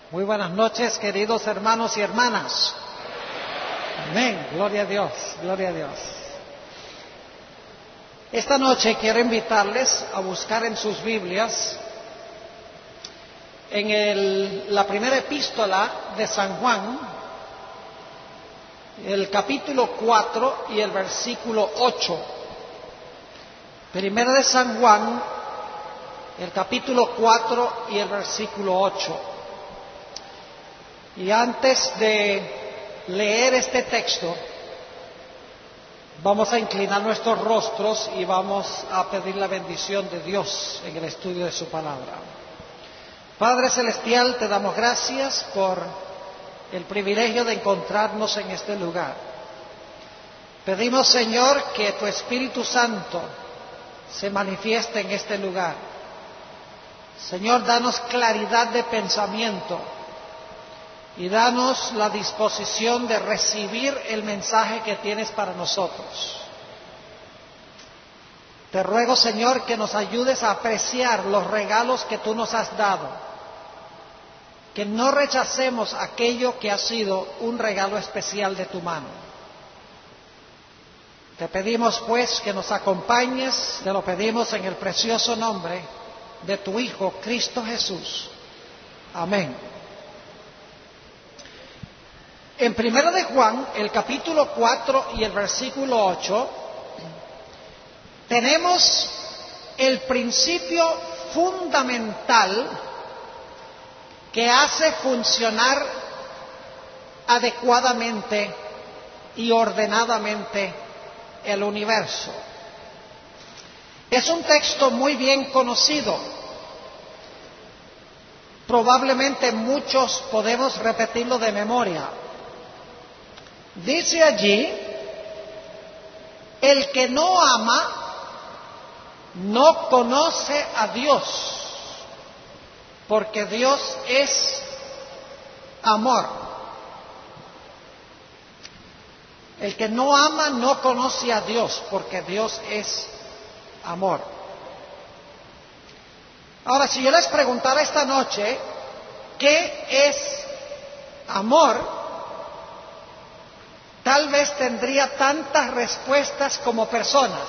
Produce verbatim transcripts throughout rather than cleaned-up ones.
Muy buenas noches, queridos hermanos y hermanas. Amén. Gloria a Dios, gloria a Dios. Esta noche quiero invitarles a buscar en sus Biblias, en el, la primera epístola de San Juan, el capítulo cuatro y el versículo ocho. Primera de San Juan, el capítulo cuatro y el versículo ocho. Y antes de leer este texto, vamos a inclinar nuestros rostros y vamos a pedir la bendición de Dios en el estudio de su palabra. Padre Celestial, te damos gracias por el privilegio de encontrarnos en este lugar. Pedimos, Señor, que tu Espíritu Santo se manifieste en este lugar. Señor, danos claridad de pensamiento y danos la disposición de recibir el mensaje que tienes para nosotros. Te ruego, Señor, que nos ayudes a apreciar los regalos que tú nos has dado, que no rechacemos aquello que ha sido un regalo especial de tu mano. Te pedimos, pues, que nos acompañes, te lo pedimos en el precioso nombre de tu Hijo, Cristo Jesús. Amén. En Primera de Juan, el capítulo cuatro y el versículo ocho, tenemos el principio fundamental que hace funcionar adecuadamente y ordenadamente el universo. Es un texto muy bien conocido. Probablemente muchos podemos repetirlo de memoria. Dice allí: el que no ama no conoce a Dios, porque Dios es amor. El que no ama no conoce a Dios, porque Dios es amor. Ahora, si yo les preguntara esta noche, ¿qué es amor?, tal vez tendría tantas respuestas como personas.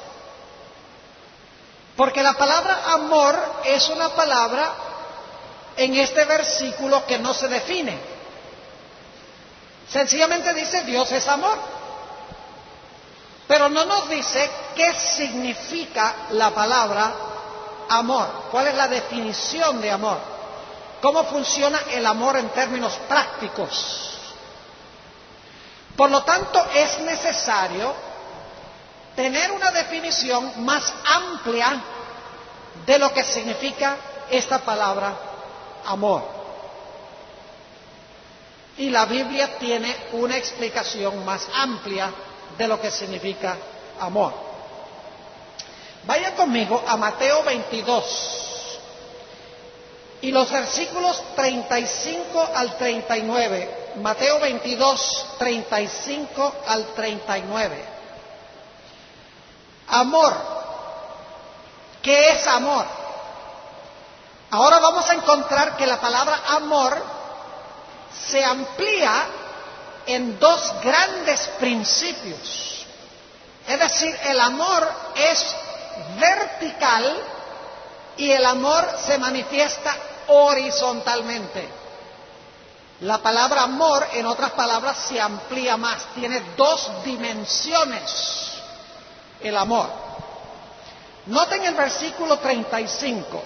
Porque la palabra amor es una palabra en este versículo que no se define. Sencillamente dice Dios es amor. Pero no nos dice qué significa la palabra amor. ¿Cuál es la definición de amor? ¿Cómo funciona el amor en términos prácticos? Por lo tanto, es necesario tener una definición más amplia de lo que significa esta palabra amor. Y la Biblia tiene una explicación más amplia de lo que significa amor. Vaya conmigo a Mateo veintidós y los versículos treinta y cinco al treinta y nueve. Mateo veintidós, treinta y cinco al treinta y nueve. Amor. ¿Qué es amor? Ahora vamos a encontrar que la palabra amor se amplía en dos grandes principios. Es decir, el amor es vertical y el amor se manifiesta horizontalmente. La palabra amor, en otras palabras, se amplía más. Tiene dos dimensiones el amor. Noten el versículo treinta y cinco.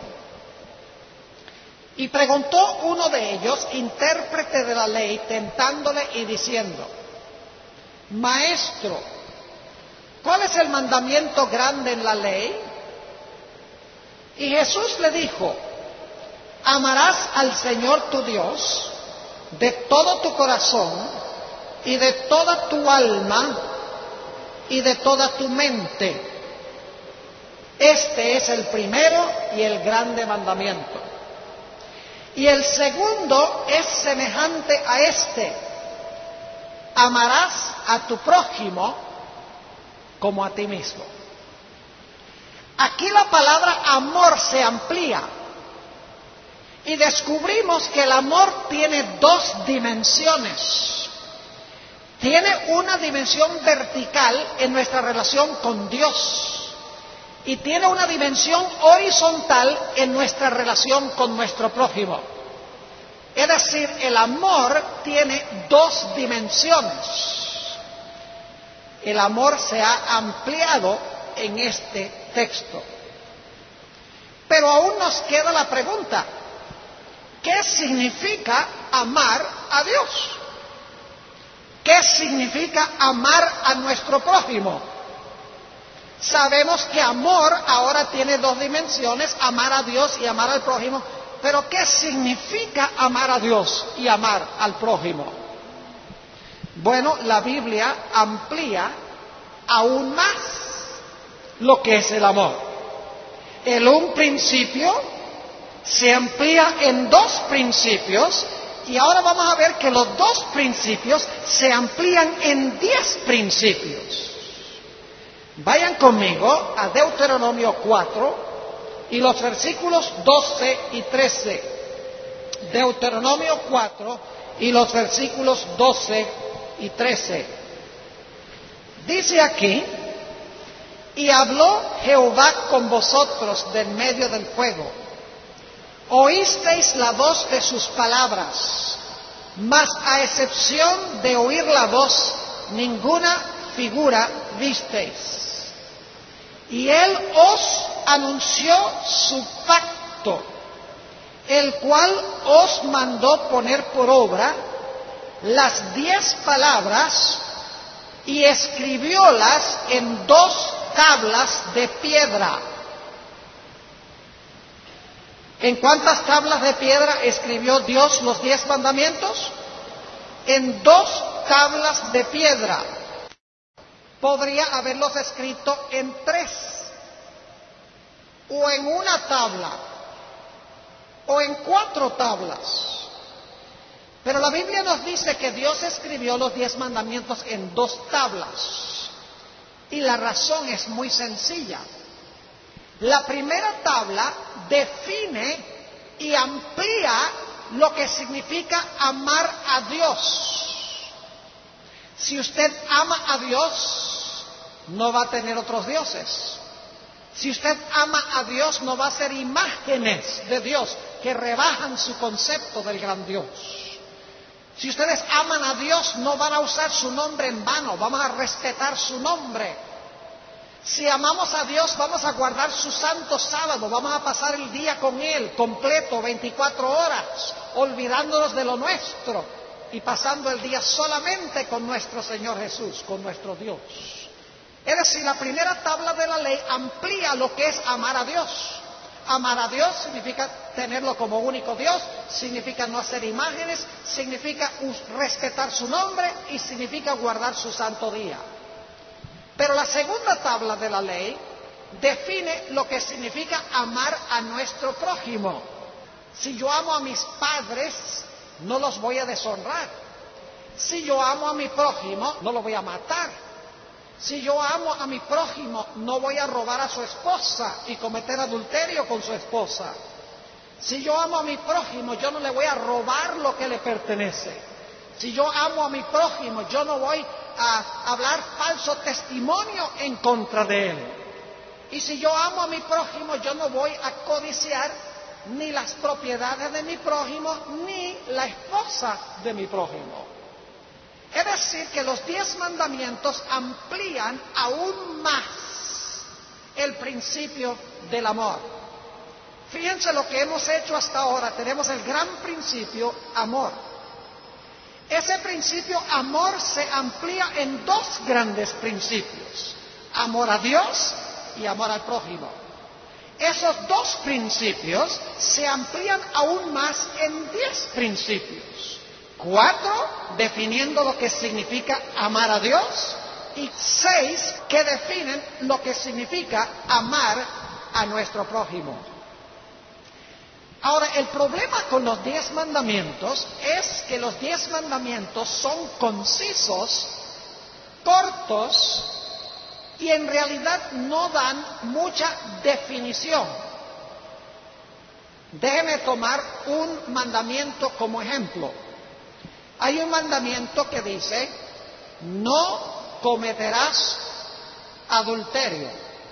Y preguntó uno de ellos, intérprete de la ley, tentándole y diciendo: Maestro, ¿cuál es el mandamiento grande en la ley? Y Jesús le dijo: amarás al Señor tu Dios de todo tu corazón y de toda tu alma y de toda tu mente. Este es el primero y el grande mandamiento. Y el segundo es semejante a este: amarás a tu prójimo como a ti mismo. Aquí la palabra amor se amplía. Y descubrimos que el amor tiene dos dimensiones. Tiene una dimensión vertical en nuestra relación con Dios y tiene una dimensión horizontal en nuestra relación con nuestro prójimo. Es decir, el amor tiene dos dimensiones. El amor se ha ampliado en este texto. Pero aún nos queda la pregunta: ¿qué significa amar a Dios? ¿Qué significa amar a nuestro prójimo? Sabemos que amor ahora tiene dos dimensiones, amar a Dios y amar al prójimo. Pero ¿qué significa amar a Dios y amar al prójimo? Bueno, la Biblia amplía aún más lo que es el amor. El un principio se amplía en dos principios y ahora vamos a ver que los dos principios se amplían en diez principios. Vayan conmigo a Deuteronomio cuatro y los versículos doce y trece. Deuteronomio cuatro y los versículos doce y trece. Dice aquí: y habló Jehová con vosotros del medio del fuego. Oísteis la voz de sus palabras, mas a excepción de oír la voz, ninguna figura visteis. Y él os anunció su pacto, el cual os mandó poner por obra las diez palabras y escribiólas en dos tablas de piedra. ¿En cuántas tablas de piedra escribió Dios los diez mandamientos? En dos tablas de piedra. Podría haberlos escrito en tres, o en una tabla, o en cuatro tablas. Pero la Biblia nos dice que Dios escribió los diez mandamientos en dos tablas. Y la razón es muy sencilla. La primera tabla define y amplía lo que significa amar a Dios. Si usted ama a Dios, no va a tener otros dioses. Si usted ama a Dios, no va a hacer imágenes de Dios que rebajan su concepto del gran Dios. Si ustedes aman a Dios, no van a usar su nombre en vano, vamos a respetar su nombre. Si amamos a Dios, vamos a guardar su santo sábado, vamos a pasar el día con Él, completo, veinticuatro horas, olvidándonos de lo nuestro y pasando el día solamente con nuestro Señor Jesús, con nuestro Dios. Es decir, la primera tabla de la ley amplía lo que es amar a Dios. Amar a Dios significa tenerlo como único Dios, significa no hacer imágenes, significa respetar su nombre y significa guardar su santo día. Pero la segunda tabla de la ley define lo que significa amar a nuestro prójimo. Si yo amo a mis padres, no los voy a deshonrar. Si yo amo a mi prójimo, no lo voy a matar. Si yo amo a mi prójimo, no voy a robar a su esposa y cometer adulterio con su esposa. Si yo amo a mi prójimo, yo no le voy a robar lo que le pertenece. Si yo amo a mi prójimo, yo no voy a hablar falso testimonio en contra de él. Y si yo amo a mi prójimo, yo no voy a codiciar ni las propiedades de mi prójimo, ni la esposa de mi prójimo. Es decir, que los diez mandamientos amplían aún más el principio del amor. Fíjense lo que hemos hecho hasta ahora. Tenemos el gran principio, amor. Ese principio, amor, se amplía en dos grandes principios: amor a Dios y amor al prójimo. Esos dos principios se amplían aún más en diez principios. Cuatro, definiendo lo que significa amar a Dios, y seis, que definen lo que significa amar a nuestro prójimo. Ahora, el problema con los diez mandamientos es que los diez mandamientos son concisos, cortos, y en realidad no dan mucha definición. Déjeme tomar un mandamiento como ejemplo. Hay un mandamiento que dice, no cometerás adulterio.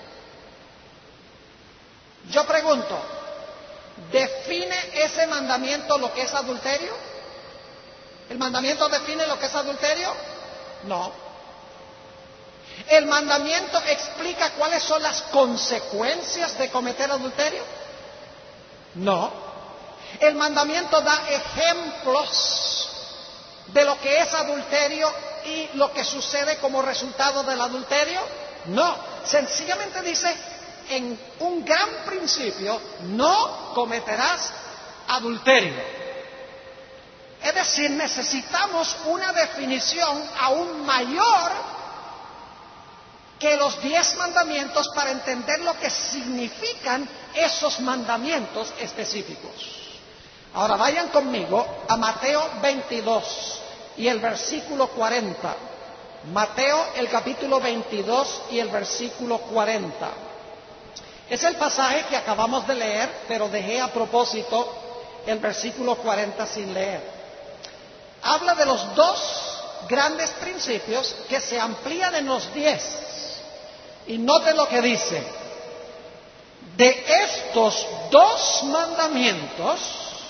Yo pregunto, ¿define ese mandamiento lo que es adulterio? ¿El mandamiento define lo que es adulterio? No. ¿El mandamiento explica cuáles son las consecuencias de cometer adulterio? No. ¿El mandamiento da ejemplos de lo que es adulterio y lo que sucede como resultado del adulterio? No. Sencillamente dice, en un gran principio, no cometerás adulterio. Es decir, necesitamos una definición aún mayor que los diez mandamientos para entender lo que significan esos mandamientos específicos. Ahora vayan conmigo a Mateo veintidós y el versículo cuarenta. Mateo, el capítulo veintidós y el versículo cuarenta. Es el pasaje que acabamos de leer, pero dejé a propósito el versículo cuarenta sin leer. Habla de los dos grandes principios que se amplían en los diez. Y noten lo que dice. De estos dos mandamientos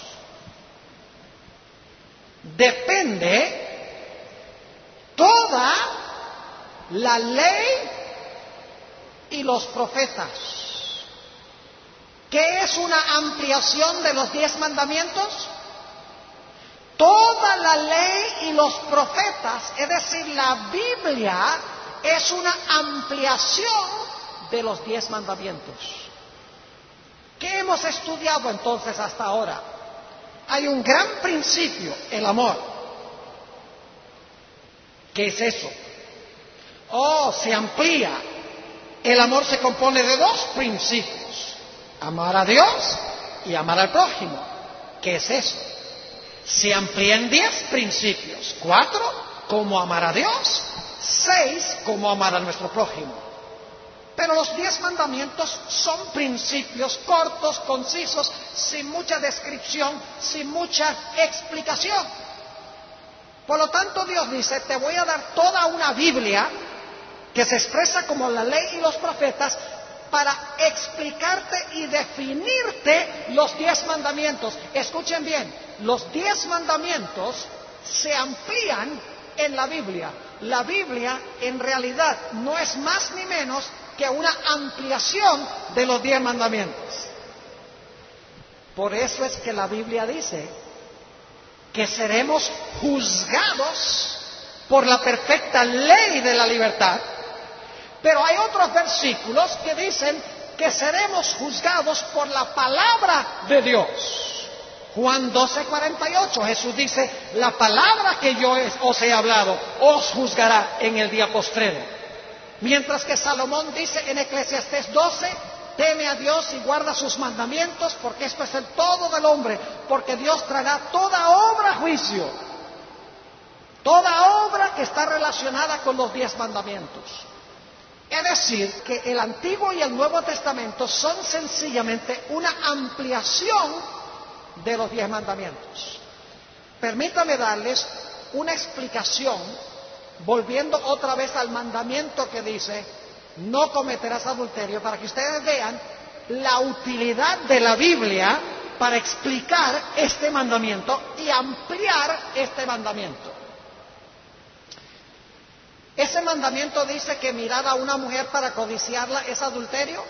depende toda la ley y los profetas. ¿Qué es una ampliación de los diez mandamientos? Toda la ley y los profetas, es decir, la Biblia, es una ampliación de los diez mandamientos. ¿Qué hemos estudiado entonces hasta ahora? Hay un gran principio, el amor. ¿Qué es eso? Oh, se amplía. El amor se compone de dos principios: amar a Dios y amar al prójimo. ¿Qué es eso? Se amplía en diez principios. Cuatro, cómo amar a Dios. Seis, cómo amar a nuestro prójimo. Pero los diez mandamientos son principios cortos, concisos, sin mucha descripción, sin mucha explicación. Por lo tanto, Dios dice, te voy a dar toda una Biblia que se expresa como la ley y los profetas para explicarte y definirte los diez mandamientos. Escuchen bien, los diez mandamientos se amplían en la Biblia. La Biblia en realidad no es más ni menos que una ampliación de los diez mandamientos. Por eso es que la Biblia dice que seremos juzgados por la perfecta ley de la libertad. Pero hay otros versículos que dicen que seremos juzgados por la palabra de Dios. Juan doce, cuarenta y ocho, Jesús dice, la palabra que yo os he hablado os juzgará en el día postrero. Mientras que Salomón dice en Eclesiastés doce, teme a Dios y guarda sus mandamientos, porque esto es el todo del hombre, porque Dios traerá toda obra a juicio. Toda obra que está relacionada con los diez mandamientos. Es decir, que el Antiguo y el Nuevo Testamento son sencillamente una ampliación de los diez mandamientos. Permítame darles una explicación, volviendo otra vez al mandamiento que dice, no cometerás adulterio, para que ustedes vean la utilidad de la Biblia para explicar este mandamiento y ampliar este mandamiento. ¿Ese mandamiento dice que mirar a una mujer para codiciarla es adulterio?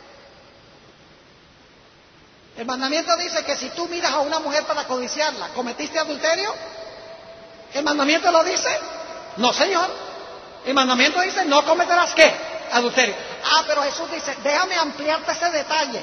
El mandamiento dice que si tú miras a una mujer para codiciarla, ¿cometiste adulterio? ¿El mandamiento lo dice? No, señor. El mandamiento dice, no cometerás ¿qué? Adulterio. Ah, pero Jesús dice, déjame ampliarte ese detalle.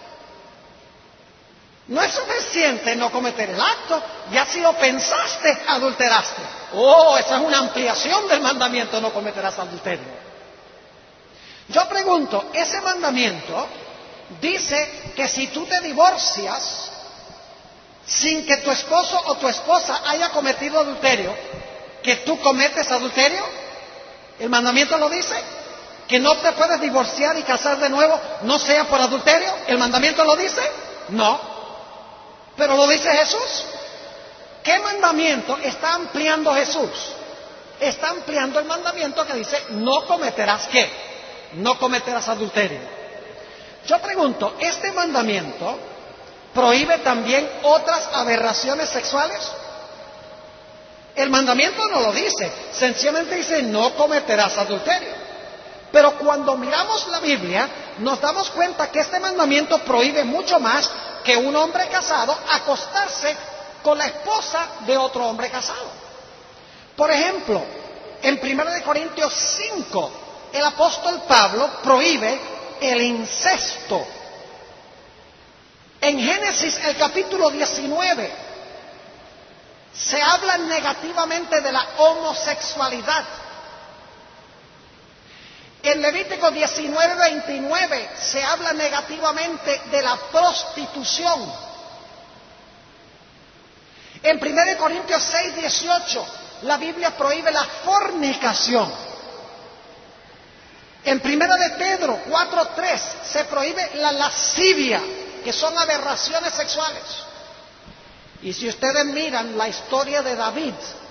No es suficiente no cometer el acto, ya si lo pensaste, adulteraste. Oh, esa es una ampliación del mandamiento, no cometerás adulterio. Yo pregunto, ese mandamiento dice que si tú te divorcias sin que tu esposo o tu esposa haya cometido adulterio, que tú cometes adulterio. ¿El mandamiento lo dice? ¿Que no te puedes divorciar y casar de nuevo, no sea por adulterio? ¿El mandamiento lo dice? No. Pero lo dice Jesús. ¿Qué mandamiento está ampliando Jesús? Está ampliando el mandamiento que dice, no cometerás ¿qué? No cometerás adulterio. Yo pregunto, ¿este mandamiento prohíbe también otras aberraciones sexuales? El mandamiento no lo dice, sencillamente dice, no cometerás adulterio. Pero cuando miramos la Biblia, nos damos cuenta que este mandamiento prohíbe mucho más que un hombre casado acostarse con la esposa de otro hombre casado. Por ejemplo, en primera de Corintios cinco, el apóstol Pablo prohíbe el incesto. En Génesis, el capítulo diecinueve, se habla negativamente de la homosexualidad. En Levítico diecinueve, veintinueve se habla negativamente de la prostitución. En primera de Corintios seis, dieciocho, la Biblia prohíbe la fornicación. En primera de Pedro cuatro, tres se prohíbe la lascivia, que son aberraciones sexuales. Y si ustedes miran la historia de David,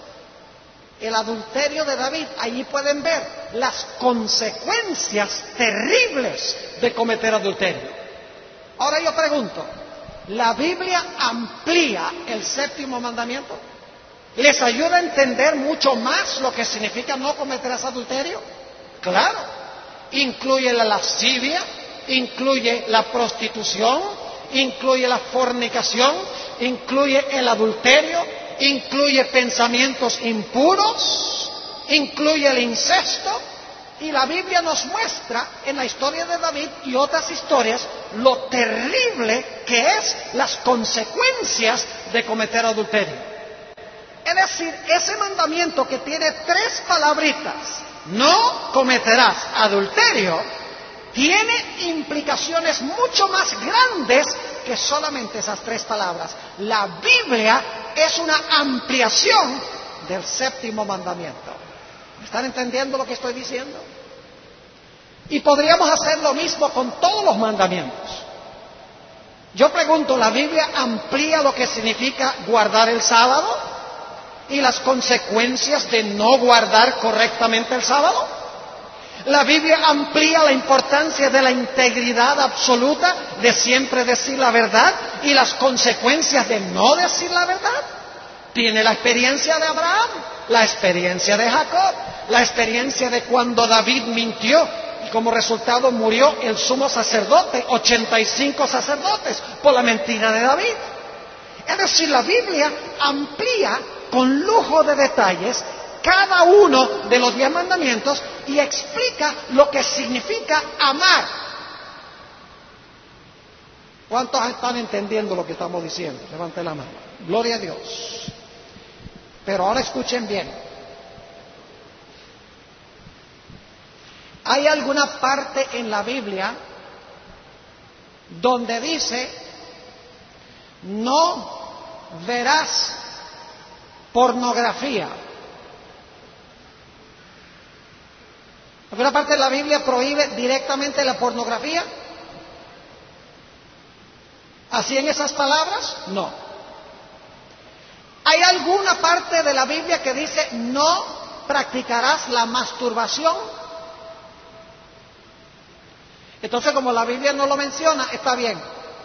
el adulterio de David, allí pueden ver las consecuencias terribles de cometer adulterio. Ahora yo pregunto, ¿la Biblia amplía el séptimo mandamiento? ¿Les ayuda a entender mucho más lo que significa no cometerás adulterio? Claro, incluye la lascivia, incluye la prostitución, incluye la fornicación, incluye el adulterio, incluye pensamientos impuros, incluye el incesto, y la Biblia nos muestra en la historia de David y otras historias lo terrible que es las consecuencias de cometer adulterio. Es decir, ese mandamiento que tiene tres palabritas, no cometerás adulterio, tiene implicaciones mucho más grandes que solamente esas tres palabras. La Biblia es una ampliación del séptimo mandamiento. ¿Me están entendiendo lo que estoy diciendo? Y podríamos hacer lo mismo con todos los mandamientos. Yo pregunto, ¿la Biblia amplía lo que significa guardar el sábado y las consecuencias de no guardar correctamente el sábado? La Biblia amplía la importancia de la integridad absoluta, de siempre decir la verdad, y las consecuencias de no decir la verdad. Tiene la experiencia de Abraham, la experiencia de Jacob, la experiencia de cuando David mintió y como resultado murió el sumo sacerdote, ochenta y cinco sacerdotes, por la mentira de David. Es decir, la Biblia amplía con lujo de detalles cada uno de los diez mandamientos y explica lo que significa amar. ¿Cuántos están entendiendo lo que estamos diciendo? Levanten la mano. Gloria a Dios. Pero ahora escuchen bien. ¿Hay alguna parte en la Biblia donde dice no verás pornografía? ¿Alguna parte de la Biblia prohíbe directamente la pornografía? ¿Así en esas palabras? No. ¿Hay alguna parte de la Biblia que dice no practicarás la masturbación? Entonces, como la Biblia no lo menciona, está bien.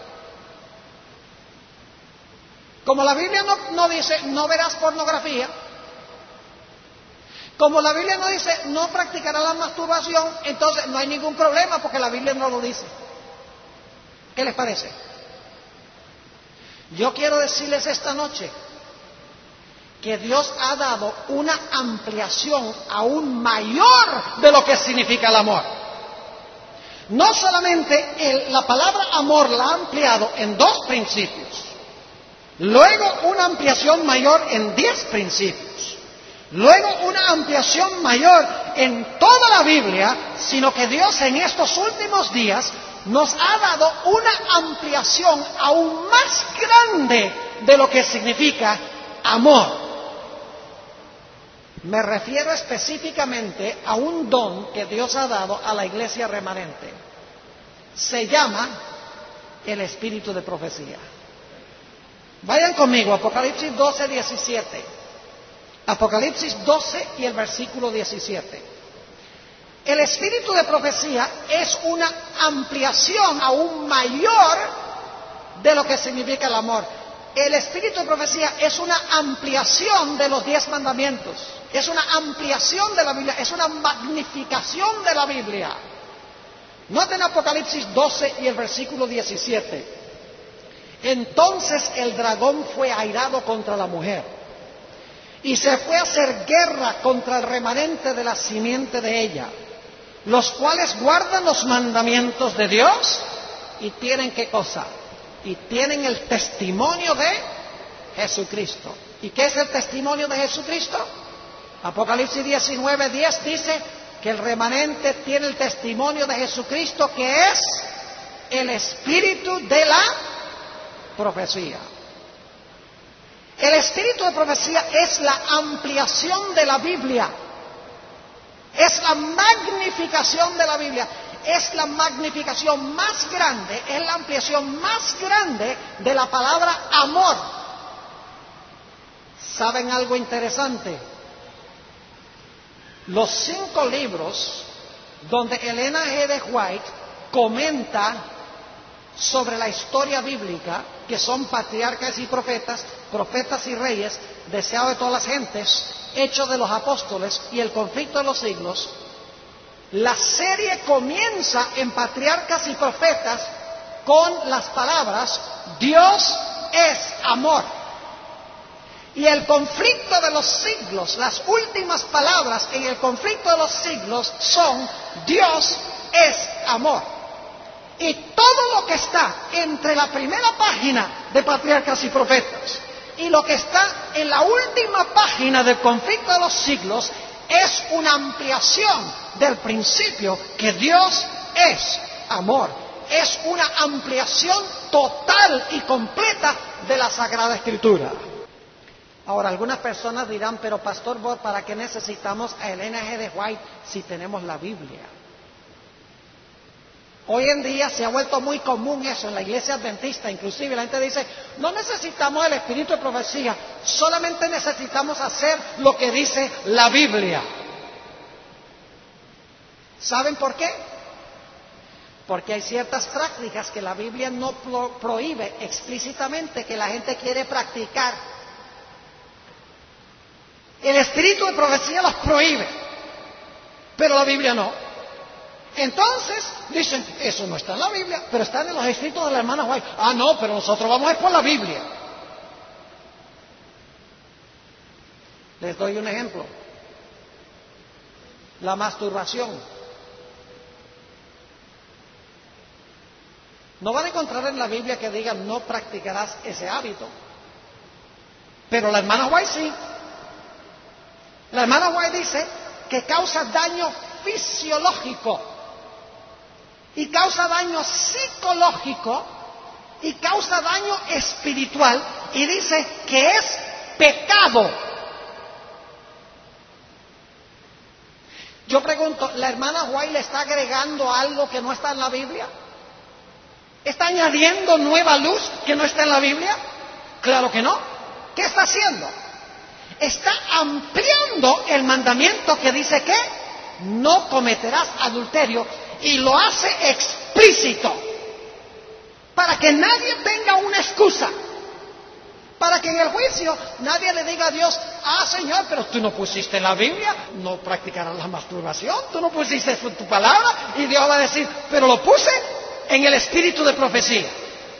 Como la Biblia no, no dice no verás pornografía, como la Biblia no dice no practicarás la masturbación, entonces no hay ningún problema porque la Biblia no lo dice. ¿Qué les parece? Yo quiero decirles esta noche que Dios ha dado una ampliación aún mayor de lo que significa el amor. No solamente el, la palabra amor la ha ampliado en dos principios, luego una ampliación mayor en diez principios, luego una ampliación mayor en toda la Biblia, sino que Dios en estos últimos días nos ha dado una ampliación aún más grande de lo que significa amor. Me refiero específicamente a un don que Dios ha dado a la iglesia remanente. Se llama el espíritu de profecía. Vayan conmigo, Apocalipsis doce, diecisiete. Apocalipsis doce y el versículo diecisiete. El espíritu de profecía es una ampliación aún mayor de lo que significa el amor. El espíritu de profecía es una ampliación de los diez mandamientos. Es una ampliación de la Biblia, es una magnificación de la Biblia. Noten Apocalipsis doce y el versículo diecisiete. Entonces el dragón fue airado contra la mujer y se fue a hacer guerra contra el remanente de la simiente de ella, los cuales guardan los mandamientos de Dios y tienen ¿qué cosa? Y tienen el testimonio de Jesucristo. ¿Y qué es el testimonio de Jesucristo? Apocalipsis diecinueve, diez dice que el remanente tiene el testimonio de Jesucristo, que es el espíritu de la profecía. El espíritu de profecía es la ampliación de la Biblia, es la magnificación de la Biblia, es la magnificación más grande, es la ampliación más grande de la palabra amor. ¿Saben algo interesante? Los cinco libros donde Elena G. de White comenta sobre la historia bíblica, que son Patriarcas y Profetas, Profetas y Reyes, Deseado de todas las gentes, Hechos de los Apóstoles y El conflicto de los siglos, la serie comienza en Patriarcas y Profetas con las palabras Dios es amor. Y el conflicto de los siglos, las últimas palabras en el conflicto de los siglos son Dios es amor. Y todo lo que está entre la primera página de Patriarcas y Profetas y lo que está en la última página del conflicto de los siglos es una ampliación del principio que Dios es amor. Es una ampliación total y completa de la Sagrada Escritura. Ahora, algunas personas dirán, pero Pastor Bob, ¿para qué necesitamos a Elena G. de White si tenemos la Biblia? Hoy en día se ha vuelto muy común eso en la iglesia adventista, inclusive la gente dice, no necesitamos el espíritu de profecía, solamente necesitamos hacer lo que dice la Biblia. ¿Saben por qué? Porque hay ciertas prácticas que la Biblia no pro- prohíbe explícitamente, que la gente quiere practicar. El espíritu de profecía las prohíbe, pero la Biblia no. Entonces dicen, eso no está en la Biblia, pero está en los escritos de la hermana White. Ah, no, pero nosotros vamos a ir por la Biblia. Les doy un ejemplo. La masturbación. No van a encontrar en la Biblia que diga no practicarás ese hábito. Pero la hermana White sí. La hermana White dice que causa daño fisiológico y causa daño psicológico y causa daño espiritual, y dice que es pecado. Yo pregunto, ¿la hermana White le está agregando algo que no está en la Biblia? ¿Está añadiendo nueva luz que no está en la Biblia? Claro que no. ¿Qué está haciendo? Está ampliando el mandamiento que dice que no cometerás adulterio, y lo hace explícito para que nadie tenga una excusa, para que en el juicio nadie le diga a Dios, ah Señor, pero tú no pusiste en la Biblia, no practicarás la masturbación, tú no pusiste en tu palabra, y Dios va a decir, pero lo puse en el espíritu de profecía.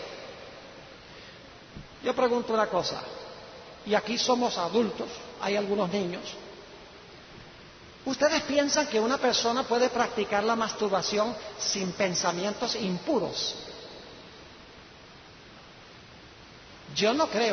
Yo pregunto una cosa, y aquí somos adultos, hay algunos niños. ¿Ustedes piensan que una persona puede practicar la masturbación sin pensamientos impuros? Yo no creo.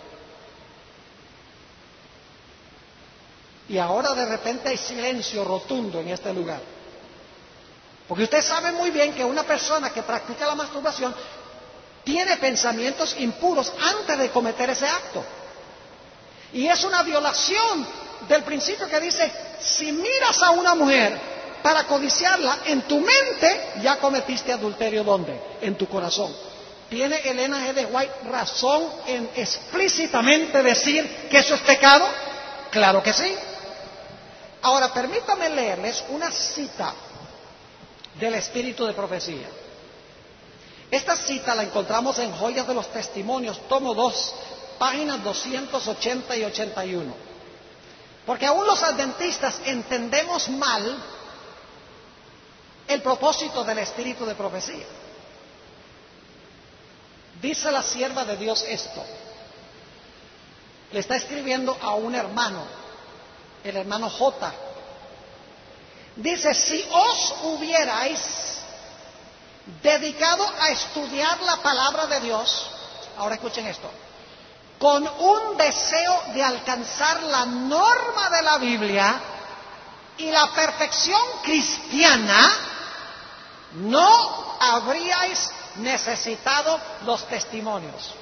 Y ahora de repente hay silencio rotundo en este lugar. Porque usted sabe muy bien que una persona que practica la masturbación tiene pensamientos impuros antes de cometer ese acto. Y es una violación del principio que dice, si miras a una mujer para codiciarla, en tu mente ya cometiste adulterio. ¿Dónde? En tu corazón. ¿Tiene Elena G. de White razón en explícitamente decir que eso es pecado? Claro que sí. Ahora, permítame leerles una cita del Espíritu de Profecía. Esta cita la encontramos en Joyas de los Testimonios, tomo dos, páginas doscientos ochenta y ochenta y uno. Porque aún los adventistas entendemos mal el propósito del Espíritu de Profecía. Dice la sierva de Dios esto. Le está escribiendo a un hermano, el hermano J. Dice, si os hubierais dedicado a estudiar la palabra de Dios, ahora escuchen esto, con un deseo de alcanzar la norma de la Biblia y la perfección cristiana, no habríais necesitado los testimonios.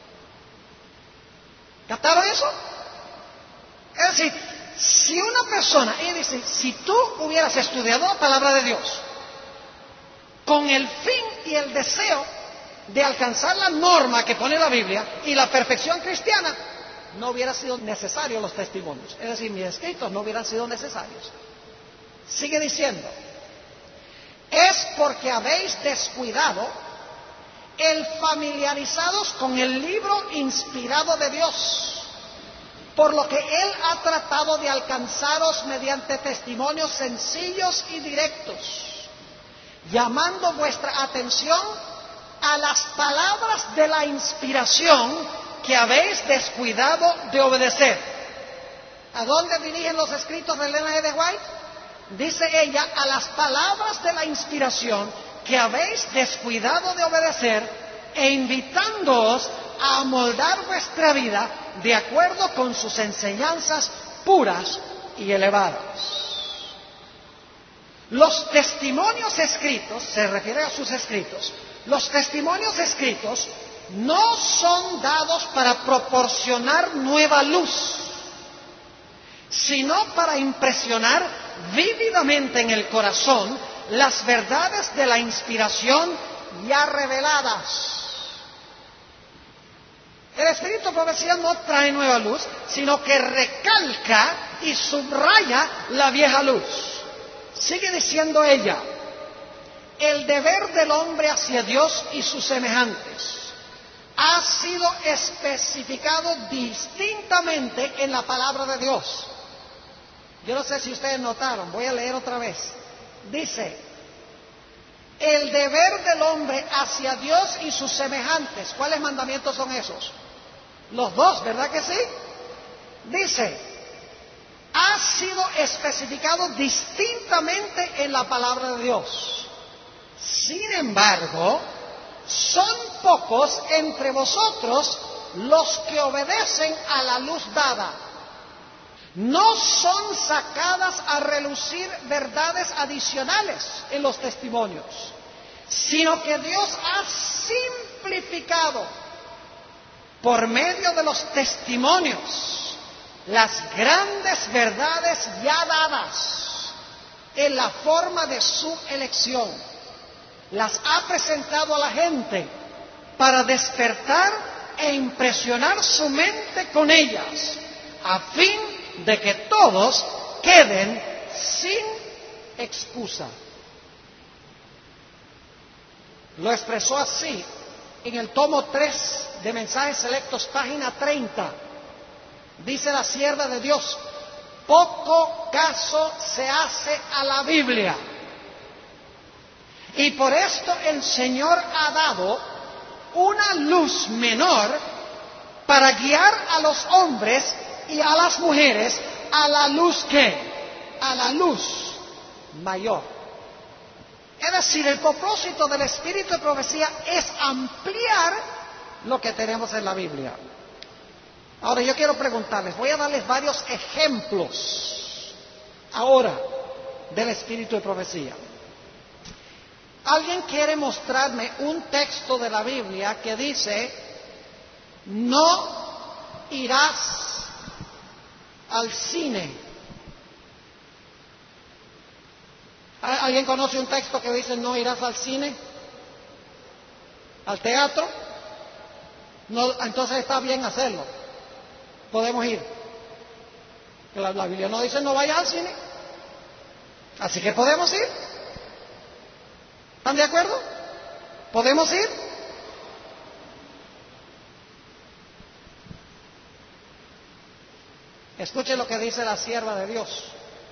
¿Captaron eso? Es decir, si una persona, ella dice, si tú hubieras estudiado la palabra de Dios con el fin y el deseo de alcanzar la norma que pone la Biblia y la perfección cristiana, no hubiera sido necesario los testimonios. Es decir, mis escritos no hubieran sido necesarios. Sigue diciendo, es porque habéis descuidado el familiarizados con el libro inspirado de Dios, por lo que Él ha tratado de alcanzaros mediante testimonios sencillos y directos, llamando vuestra atención a las palabras de la inspiración que habéis descuidado de obedecer. ¿A dónde dirigen los escritos de Elena G. de White? Dice ella, a las palabras de la inspiración que habéis descuidado de obedecer e invitándoos a amoldar vuestra vida de acuerdo con sus enseñanzas puras y elevadas. Los testimonios escritos, se refiere a sus escritos, los testimonios escritos no son dados para proporcionar nueva luz, sino para impresionar vívidamente en el corazón las verdades de la inspiración ya reveladas. El Espíritu de Profecía no trae nueva luz, sino que recalca y subraya la vieja luz. Sigue diciendo ella, el deber del hombre hacia Dios y sus semejantes ha sido especificado distintamente en la palabra de Dios. Yo no sé si ustedes notaron, voy a leer otra vez. Dice, el deber del hombre hacia Dios y sus semejantes. ¿Cuáles mandamientos son esos? Los dos, ¿verdad que sí? Dice, ha sido especificado distintamente en la palabra de Dios. Sin embargo, son pocos entre vosotros los que obedecen a la luz dada. No son sacadas a relucir verdades adicionales en los testimonios, sino que Dios ha simplificado por medio de los testimonios las grandes verdades ya dadas en la forma de su elección. Las ha presentado a la gente para despertar e impresionar su mente con ellas, a fin de que todos queden sin excusa. Lo expresó así en el tomo tres de Mensajes Selectos, página treinta. Dice la sierva de Dios, poco caso se hace a la Biblia. Y por esto el Señor ha dado una luz menor para guiar a los hombres y a las mujeres a la luz que, a la luz mayor. Es decir, el propósito del Espíritu de Profecía es ampliar lo que tenemos en la Biblia. Ahora yo quiero preguntarles, voy a darles varios ejemplos ahora del Espíritu de Profecía. ¿Alguien quiere mostrarme un texto de la Biblia que dice, no irás al cine? ¿Alguien conoce un texto que dice, no irás al cine? al teatro, no, entonces está bien hacerlo. Podemos ir. La, la Biblia no dice no vayas al cine. Así que podemos ir. ¿Están de acuerdo? ¿Podemos ir? Escuche lo que dice la sierva de Dios.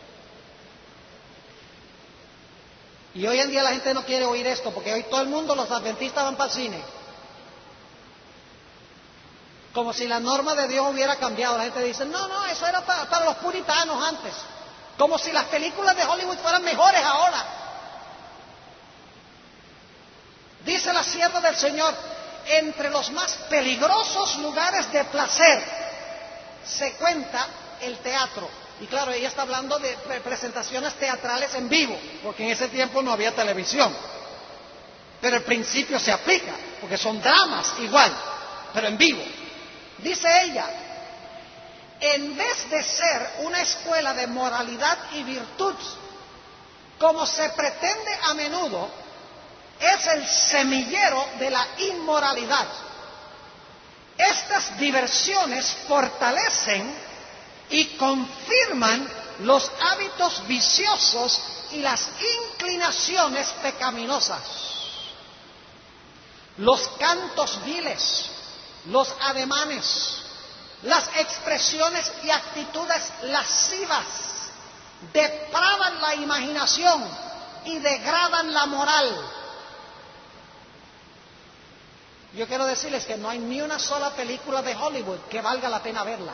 Y hoy en día la gente no quiere oír esto, porque hoy todo el mundo, los adventistas, van para el cine. Como si la norma de Dios hubiera cambiado. La gente dice, no, no, eso era para, para los puritanos antes. Como si las películas de Hollywood fueran mejores ahora. Dice la sierva del Señor, entre los más peligrosos lugares de placer se cuenta el teatro. Y claro, ella está hablando de presentaciones teatrales en vivo, porque en ese tiempo no había televisión. Pero el principio se aplica, porque son dramas igual, pero en vivo. Dice ella, en vez de ser una escuela de moralidad y virtud, como se pretende a menudo, es el semillero de la inmoralidad. Estas diversiones fortalecen y confirman los hábitos viciosos y las inclinaciones pecaminosas. Los cantos viles, los ademanes, las expresiones y actitudes lascivas depravan la imaginación y degradan la moral. Yo quiero decirles que no hay ni una sola película de Hollywood que valga la pena verla.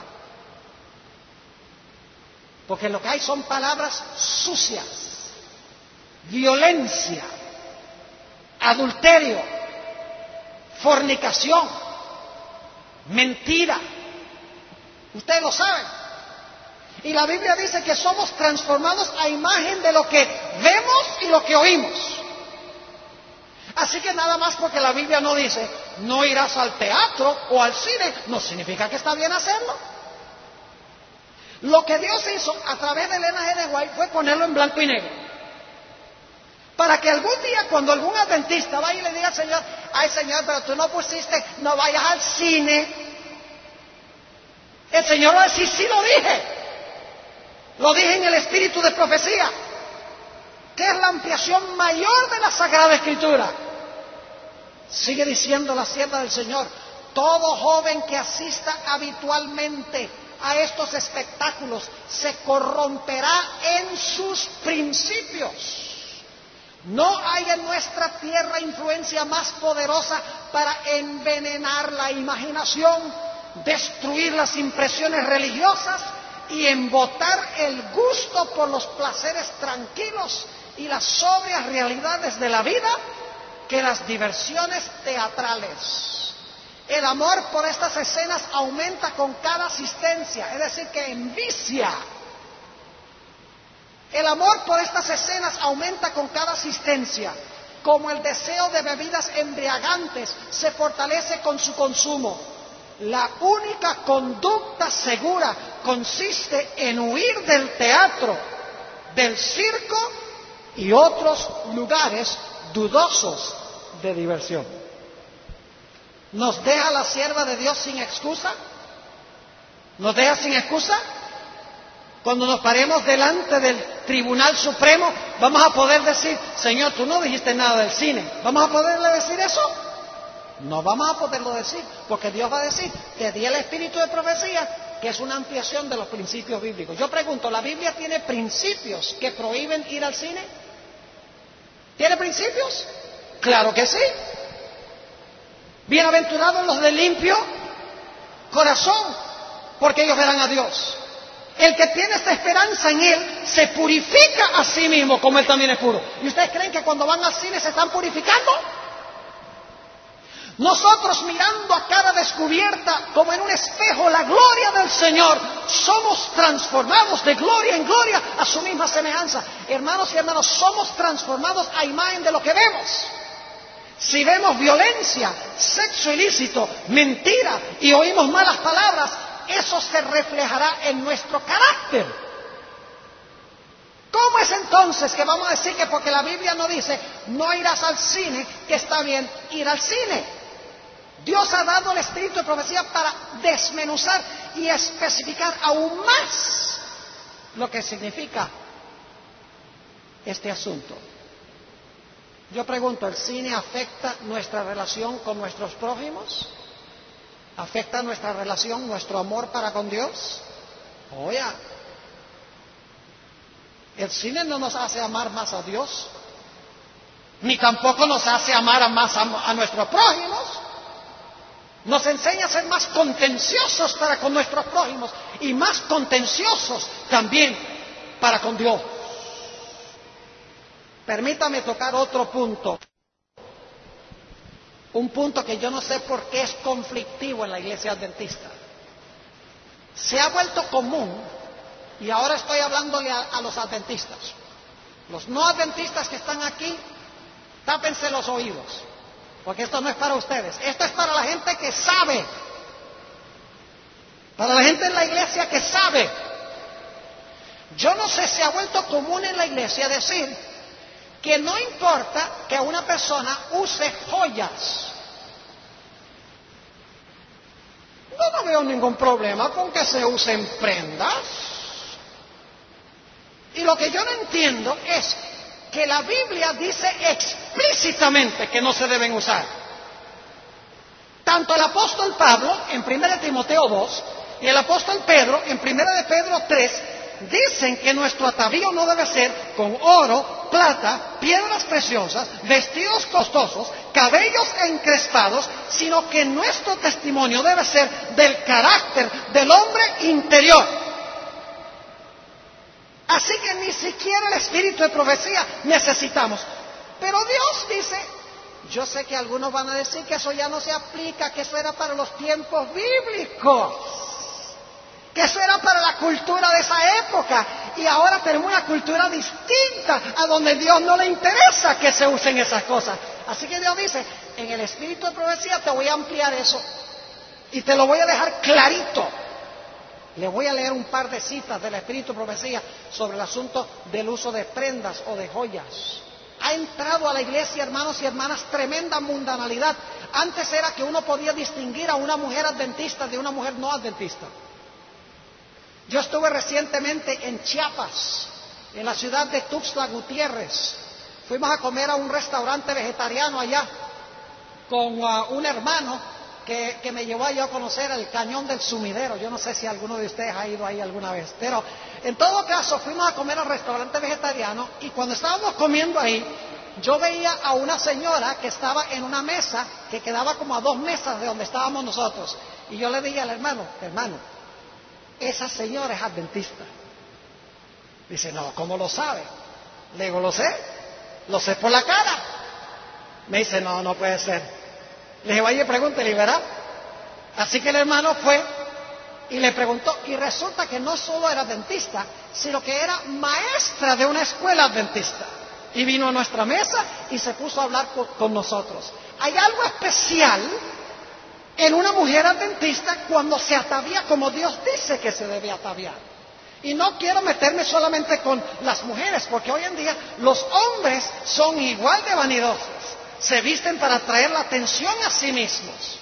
Porque lo que hay son palabras sucias, violencia, adulterio, fornicación, mentira. Ustedes lo saben. Y la Biblia dice que somos transformados a imagen de lo que vemos y lo que oímos. Así que nada más porque la Biblia no dice no irás al teatro o al cine, no significa que está bien hacerlo. Lo que Dios hizo a través de Elena G. de White fue ponerlo en blanco y negro. Para que algún día, cuando algún adventista vaya y le diga al Señor, ay Señor, pero tú no pusiste, no vayas al cine, el Señor va a decir, sí lo dije. Lo dije en el espíritu de profecía, que es la ampliación mayor de la Sagrada Escritura. Sigue diciendo la sierva del Señor, todo joven que asista habitualmente a estos espectáculos se corromperá en sus principios. No hay en nuestra tierra influencia más poderosa para envenenar la imaginación, destruir las impresiones religiosas y embotar el gusto por los placeres tranquilos y las sobrias realidades de la vida que las diversiones teatrales. El amor por estas escenas aumenta con cada asistencia, es decir, que envicia. El amor por estas escenas aumenta con cada asistencia, como el deseo de bebidas embriagantes se fortalece con su consumo. La única conducta segura consiste en huir del teatro, del circo y otros lugares dudosos de diversión. ¿Nos deja la sierva de Dios sin excusa? ¿Nos deja sin excusa? Cuando nos paremos delante del Tribunal Supremo, vamos a poder decir, Señor, tú no dijiste nada del cine. ¿Vamos a poderle decir eso? No vamos a poderlo decir, porque Dios va a decir, te di el espíritu de profecía, que es una ampliación de los principios bíblicos. Yo pregunto, ¿la Biblia tiene principios que prohíben ir al cine? ¿Tiene principios? Claro que sí. Bienaventurados los de limpio corazón, porque ellos verán a Dios. El que tiene esta esperanza en Él se purifica a sí mismo como Él también es puro. ¿Y ustedes creen que cuando van al cine se están purificando? Nosotros, mirando a cara descubierta como en un espejo la gloria del Señor, somos transformados de gloria en gloria a su misma semejanza. Hermanos y hermanas, somos transformados a imagen de lo que vemos. Si vemos violencia, sexo ilícito, mentira y oímos malas palabras, eso se reflejará en nuestro carácter. ¿Cómo ¿Cómo es entonces que vamos a decir que porque la Biblia no dice no irás al cine, que está bien ir al cine? Dios ha dado el espíritu de profecía para desmenuzar y especificar aún más lo que significa este asunto. Yo pregunto, ¿el cine afecta nuestra relación con nuestros prójimos? ¿Afecta nuestra relación, nuestro amor para con Dios? Oye, el cine no nos hace amar más a Dios, ni tampoco nos hace amar a más a, a nuestros prójimos. Nos enseña a ser más contenciosos para con nuestros prójimos y más contenciosos también para con Dios. Permítame tocar otro punto. Un punto que yo no sé por qué es conflictivo en la iglesia adventista. Se ha vuelto común, y ahora estoy hablándole a, a los adventistas. Los no adventistas que están aquí, tápense los oídos, porque esto no es para ustedes. Esto es para la gente que sabe. Para la gente en la iglesia que sabe. Yo no sé si ha vuelto común en la iglesia decir que no importa que una persona use joyas. Yo no veo ningún problema con que se usen prendas. Y lo que yo no entiendo es que la Biblia dice explícitamente que no se deben usar. Tanto el apóstol Pablo en primera de Timoteo dos y el apóstol Pedro en primera de Pedro tres dicen que nuestro atavío no debe ser con oro, plata, piedras preciosas, vestidos costosos, cabellos encrespados, sino que nuestro testimonio debe ser del carácter del hombre interior. Así que ni siquiera el espíritu de profecía necesitamos. Pero Dios dice, yo sé que algunos van a decir que eso ya no se aplica, que eso era para los tiempos bíblicos, que eso era para la cultura de esa época, y ahora tenemos una cultura distinta a donde Dios no le interesa que se usen esas cosas. Así que Dios dice, en el espíritu de profecía te voy a ampliar eso y te lo voy a dejar clarito. Le voy a leer un par de citas del espíritu de profecía sobre el asunto del uso de prendas o de joyas. Ha entrado a la iglesia, hermanos y hermanas, tremenda mundanalidad. Antes era que uno podía distinguir a una mujer adventista de una mujer no adventista. Yo estuve recientemente en Chiapas, en la ciudad de Tuxtla Gutiérrez. Fuimos a comer a un restaurante vegetariano allá con uh, un hermano que, que me llevó allá a conocer el Cañón del Sumidero. Yo no sé si alguno de ustedes ha ido ahí alguna vez, pero en todo caso fuimos a comer al restaurante vegetariano y cuando estábamos comiendo ahí, yo veía a una señora que estaba en una mesa que quedaba como a dos mesas de donde estábamos nosotros. Y yo le dije al hermano, hermano, esa señora es adventista. Dice, no, ¿cómo lo sabe? Le digo, lo sé, lo sé por la cara. Me dice, no, no puede ser. Le dije, vaya y pregúntele, ¿verdad? Así que el hermano fue y le preguntó, y resulta que no solo era adventista, sino que era maestra de una escuela adventista. Y vino a nuestra mesa y se puso a hablar con, con nosotros. Hay algo especial en una mujer adventista cuando se atavía como Dios dice que se debe ataviar. Y no quiero meterme solamente con las mujeres, porque hoy en día los hombres son igual de vanidosos. Se visten para atraer la atención a sí mismos.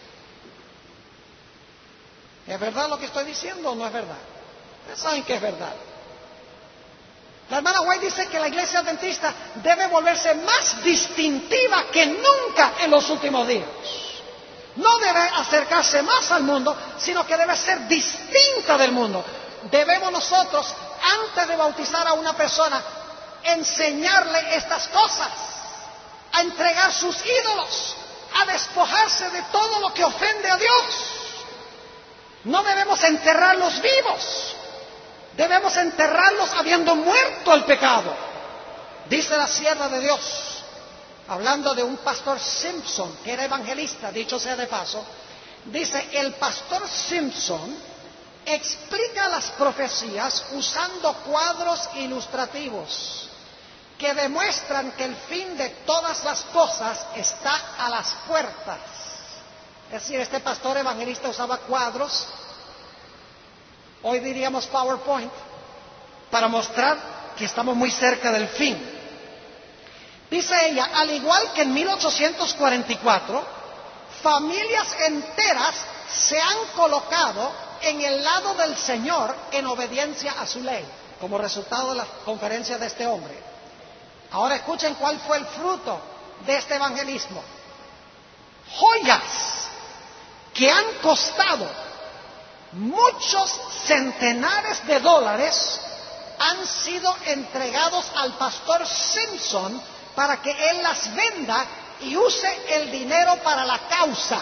¿Es verdad lo que estoy diciendo o no es verdad? Ustedes saben que es verdad. La hermana White dice que la iglesia adventista debe volverse más distintiva que nunca en los últimos días. No debe acercarse más al mundo, sino que debe ser distinta del mundo. Debemos nosotros, antes de bautizar a una persona, enseñarle estas cosas, a entregar sus ídolos, a despojarse de todo lo que ofende a Dios. No debemos enterrarlos vivos, debemos enterrarlos habiendo muerto el pecado. Dice la sierva de Dios, hablando de un pastor Simpson, que era evangelista, dicho sea de paso, dice, el pastor Simpson explica las profecías usando cuadros ilustrativos que demuestran que el fin de todas las cosas está a las puertas. Es decir, este pastor evangelista usaba cuadros, hoy diríamos PowerPoint, para mostrar que estamos muy cerca del fin. Dice ella, al igual que en mil ochocientos cuarenta y cuatro, familias enteras se han colocado en el lado del Señor en obediencia a su ley, como resultado de la conferencia de este hombre. Ahora escuchen cuál fue el fruto de este evangelismo. Joyas que han costado muchos centenares de dólares han sido entregados al pastor Simpson para que él las venda y use el dinero para la causa.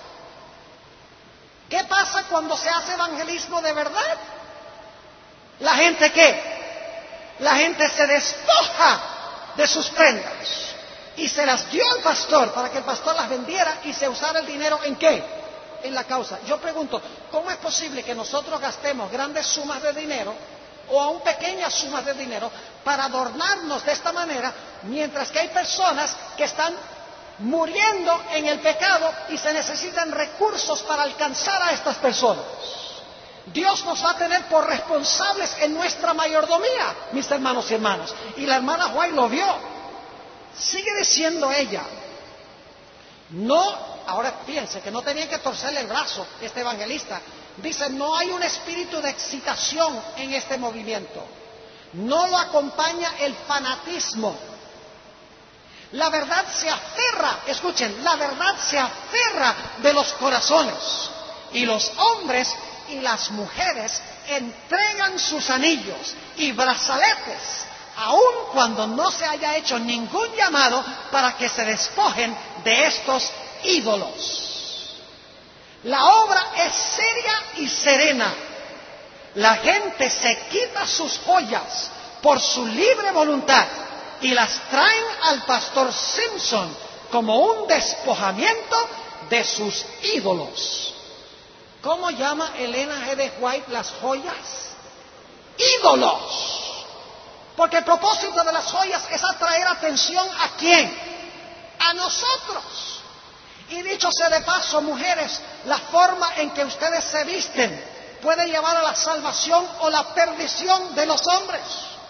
¿Qué pasa cuando se hace evangelismo de verdad? ¿La gente qué? La gente se despoja de sus prendas y se las dio al pastor para que el pastor las vendiera y se usara el dinero ¿en qué? En la causa. Yo pregunto, ¿cómo es posible que nosotros gastemos grandes sumas de dinero o aún pequeñas sumas de dinero para adornarnos de esta manera, mientras que hay personas que están muriendo en el pecado y se necesitan recursos para alcanzar a estas personas? Dios nos va a tener por responsables en nuestra mayordomía, mis hermanos y hermanas. Y la hermana White lo vio. Sigue diciendo ella, no, ahora fíjense que no tenía que torcerle el brazo este evangelista. Dice, no hay un espíritu de excitación en este movimiento. No lo acompaña el fanatismo. La verdad se aferra, escuchen, la verdad se aferra de los corazones. Y los hombres y las mujeres entregan sus anillos y brazaletes, aun cuando no se haya hecho ningún llamado para que se despojen de estos ídolos. La obra es seria y serena. La gente se quita sus joyas por su libre voluntad y las traen al pastor Simpson como un despojamiento de sus ídolos. ¿Cómo llama Elena G. de White las joyas? Ídolos. Porque el propósito de las joyas es atraer atención ¿a quién? A nosotros. Y dicho sea de paso, mujeres, la forma en que ustedes se visten puede llevar a la salvación o la perdición de los hombres.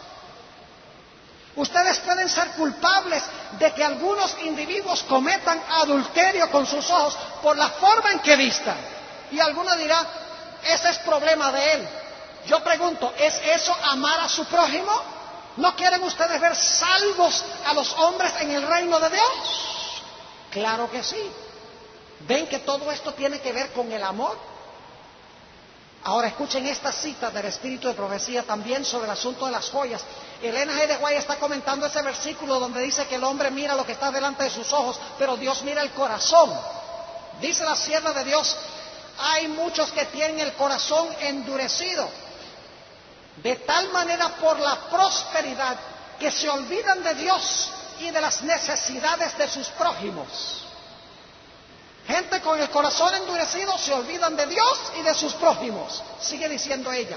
Ustedes pueden ser culpables de que algunos individuos cometan adulterio con sus ojos por la forma en que vistan. Y alguno dirá, ese es problema de él. Yo pregunto, ¿es eso amar a su prójimo? ¿No quieren ustedes ver salvos a los hombres en el reino de Dios? Claro que sí. ¿Ven que todo esto tiene que ver con el amor? Ahora escuchen esta cita del Espíritu de Profecía también sobre el asunto de las joyas. Elena G. de White está comentando ese versículo donde dice que el hombre mira lo que está delante de sus ojos, pero Dios mira el corazón. Dice la sierva de Dios, hay muchos que tienen el corazón endurecido, de tal manera por la prosperidad que se olvidan de Dios y de las necesidades de sus prójimos. Gente con el corazón endurecido se olvidan de Dios y de sus prójimos. Sigue diciendo ella.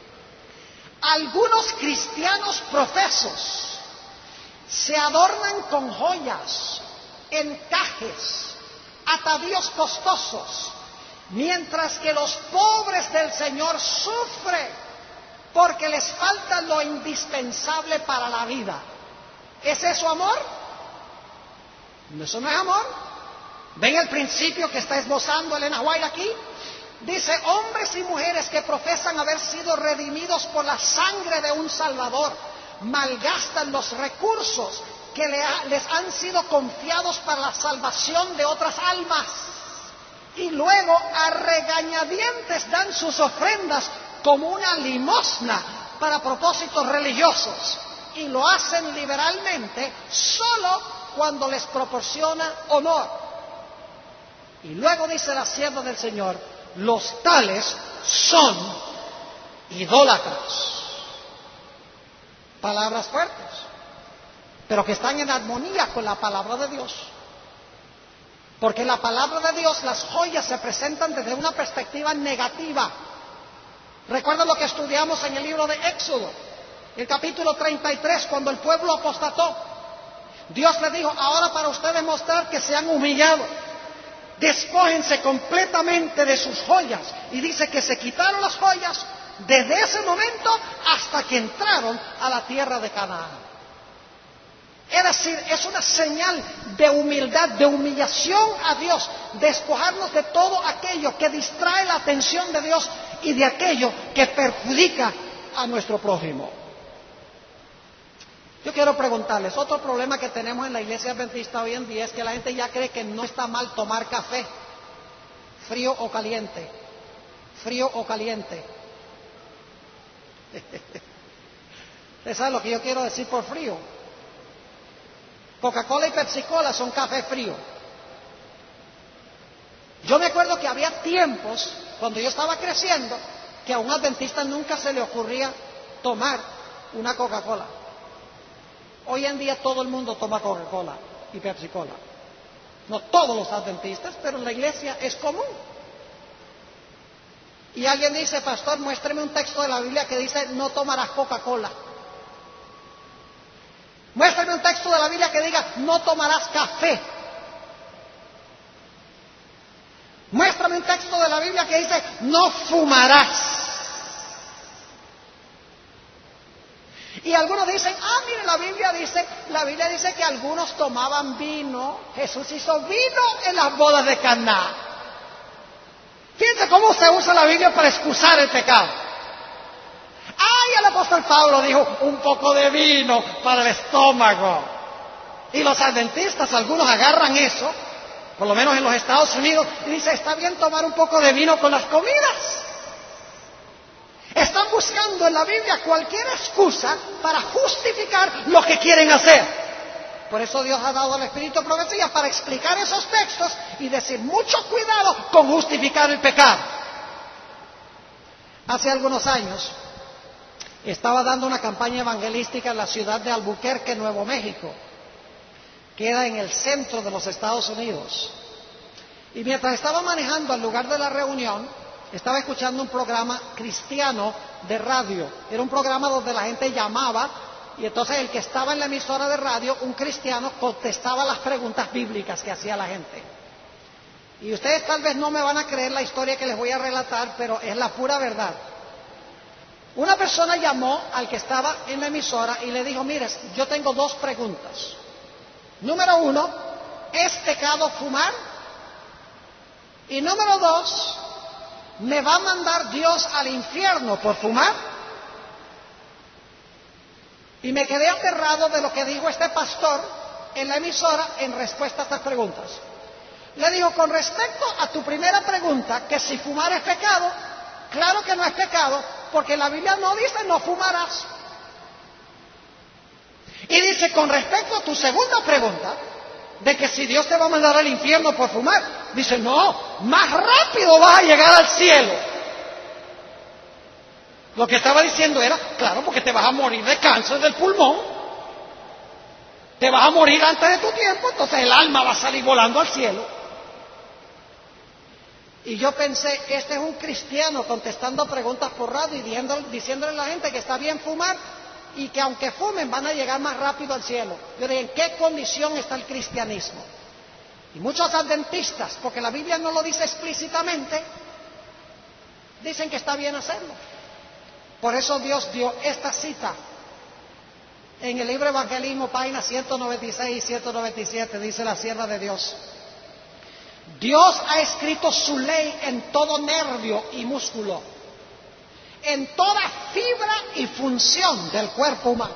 Algunos cristianos profesos se adornan con joyas, encajes, atavíos costosos, mientras que los pobres del Señor sufren porque les falta lo indispensable para la vida. ¿Es eso amor? ¿Eso no es amor? ¿Ven el principio que está esbozando Elena White aquí? Dice, hombres y mujeres que profesan haber sido redimidos por la sangre de un Salvador, malgastan los recursos que le ha, les han sido confiados para la salvación de otras almas. Y luego a regañadientes dan sus ofrendas como una limosna para propósitos religiosos. Y lo hacen liberalmente solo cuando les proporciona honor. Y luego dice la sierva del Señor, los tales son idólatras. Palabras fuertes, pero que están en armonía con la palabra de Dios. Porque en la palabra de Dios las joyas se presentan desde una perspectiva negativa. Recuerda lo que estudiamos en el libro de Éxodo, el capítulo treinta y tres, cuando el pueblo apostató. Dios le dijo, ahora para ustedes mostrar que se han humillado, despójense completamente de sus joyas. Y dice que se quitaron las joyas, desde ese momento hasta que entraron a la tierra de Canaán. Es decir, es una señal de humildad, de humillación a Dios, despojarnos de todo aquello que distrae la atención de Dios y de aquello que perjudica a nuestro prójimo. Yo quiero preguntarles, otro problema que tenemos en la iglesia adventista hoy en día es que la gente ya cree que no está mal tomar café, frío o caliente, frío o caliente. ¿Ustedes saben lo que yo quiero decir por frío? Coca-Cola y Pepsi-Cola son café frío. Yo me acuerdo que había tiempos, cuando yo estaba creciendo, que a un adventista nunca se le ocurría tomar una Coca-Cola. Hoy en día todo el mundo toma Coca-Cola y Pepsi-Cola. No todos los adventistas, pero en la iglesia es común. Y alguien dice, pastor, muéstreme un texto de la Biblia que dice, no tomarás Coca-Cola. Muéstrame un texto de la Biblia que diga, no tomarás café. Muéstrame un texto de la Biblia que dice, no fumarás. Y algunos dicen, ah, mire, la Biblia dice, la Biblia dice que algunos tomaban vino. Jesús hizo vino en las bodas de Caná. Fíjense cómo se usa la Biblia para excusar el pecado. Ay, el apóstol Pablo dijo, un poco de vino para el estómago. Y los adventistas, algunos agarran eso, por lo menos en los Estados Unidos, y dicen, está bien tomar un poco de vino con las comidas. Están buscando en la Biblia cualquier excusa para justificar lo que quieren hacer. Por eso Dios ha dado al Espíritu de profecía para explicar esos textos y decir mucho cuidado con justificar el pecado. Hace algunos años estaba dando una campaña evangelística en la ciudad de Albuquerque, Nuevo México. Queda en el centro de los Estados Unidos. Y mientras estaba manejando al lugar de la reunión, estaba escuchando un programa cristiano de radio. Era un programa donde la gente llamaba y entonces el que estaba en la emisora de radio, un cristiano, contestaba las preguntas bíblicas que hacía la gente. Y ustedes tal vez no me van a creer la historia que les voy a relatar, pero es la pura verdad. Una persona llamó al que estaba en la emisora y le dijo, mire, yo tengo dos preguntas. Número uno, ¿es pecado fumar? Y número dos, ¿me va a mandar Dios al infierno por fumar? Y me quedé aterrado de lo que dijo este pastor en la emisora en respuesta a estas preguntas. Le dijo, con respecto a tu primera pregunta, que si fumar es pecado, claro que no es pecado, porque la Biblia no dice no fumarás. Y dice, con respecto a tu segunda pregunta, de que si Dios te va a mandar al infierno por fumar, dice, no, más rápido vas a llegar al cielo. Lo que estaba diciendo era, claro, porque te vas a morir de cáncer del pulmón, te vas a morir antes de tu tiempo, entonces el alma va a salir volando al cielo. Y yo pensé, este es un cristiano contestando preguntas por radio y diciéndole, diciéndole a la gente que está bien fumar y que aunque fumen van a llegar más rápido al cielo. Yo dije, ¿en qué condición está el cristianismo? Y muchos adventistas, porque la Biblia no lo dice explícitamente, dicen que está bien hacerlo. Por eso Dios dio esta cita en el libro Evangelismo, páginas ciento noventa y seis y ciento noventa y siete, dice la sierva de Dios. Dios ha escrito su ley en todo nervio y músculo, en toda fibra y función del cuerpo humano.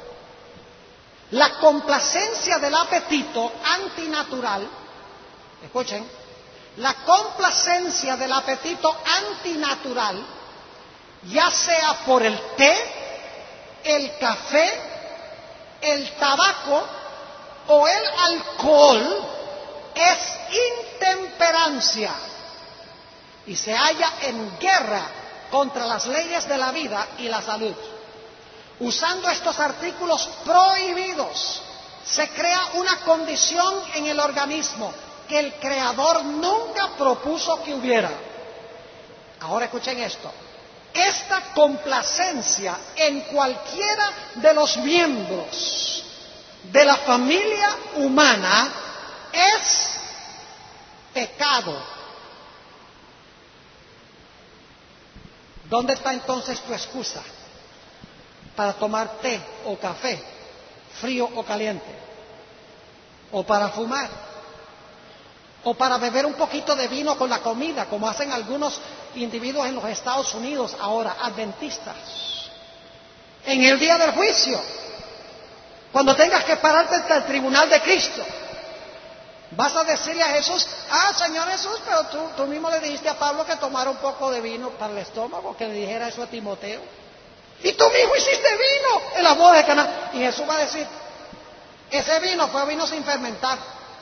La complacencia del apetito antinatural, escuchen, la complacencia del apetito antinatural, ya sea por el té, el café, el tabaco o el alcohol, es intemperancia y se halla en guerra contra las leyes de la vida y la salud. Usando estos artículos prohibidos, se crea una condición en el organismo que el Creador nunca propuso que hubiera. Ahora escuchen esto. Esta complacencia en cualquiera de los miembros de la familia humana es pecado. ¿Dónde está entonces tu excusa para tomar té o café, frío o caliente? ¿O para fumar? ¿O para beber un poquito de vino con la comida, como hacen algunos individuos en los Estados Unidos ahora, adventistas? En el día del juicio, cuando tengas que pararte ante el tribunal de Cristo, vas a decirle a Jesús: ah, Señor Jesús, pero tú, tú mismo le dijiste a Pablo que tomara un poco de vino para el estómago, que le dijera eso a Timoteo. Y tú mismo hiciste vino en la boda de Caná. Y Jesús va a decir: ese vino fue vino sin fermentar.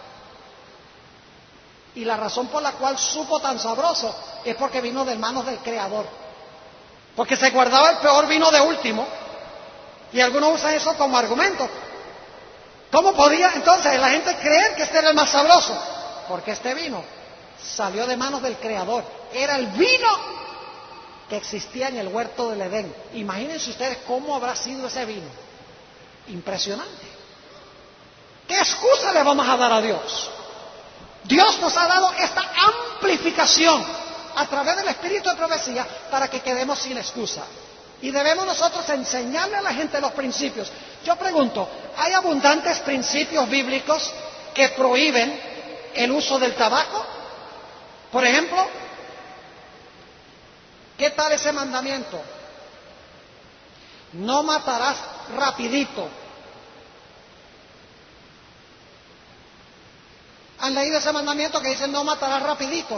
Y la razón por la cual supo tan sabroso es porque vino de manos del Creador. Porque se guardaba el peor vino de último. Y algunos usan eso como argumento. ¿Cómo podía entonces la gente creer que este era el más sabroso? Porque este vino salió de manos del Creador. Era el vino que existía en el huerto del Edén. Imagínense ustedes cómo habrá sido ese vino. Impresionante. ¿Qué excusa le vamos a dar a Dios? Dios nos ha dado esta amplificación a través del espíritu de profecía para que quedemos sin excusa. Y debemos nosotros enseñarle a la gente los principios. Yo pregunto, ¿hay abundantes principios bíblicos que prohíben el uso del tabaco? Por ejemplo, ¿qué tal ese mandamiento? No matarás rapidito. ¿Han leído ese mandamiento que dice no matarás rapidito?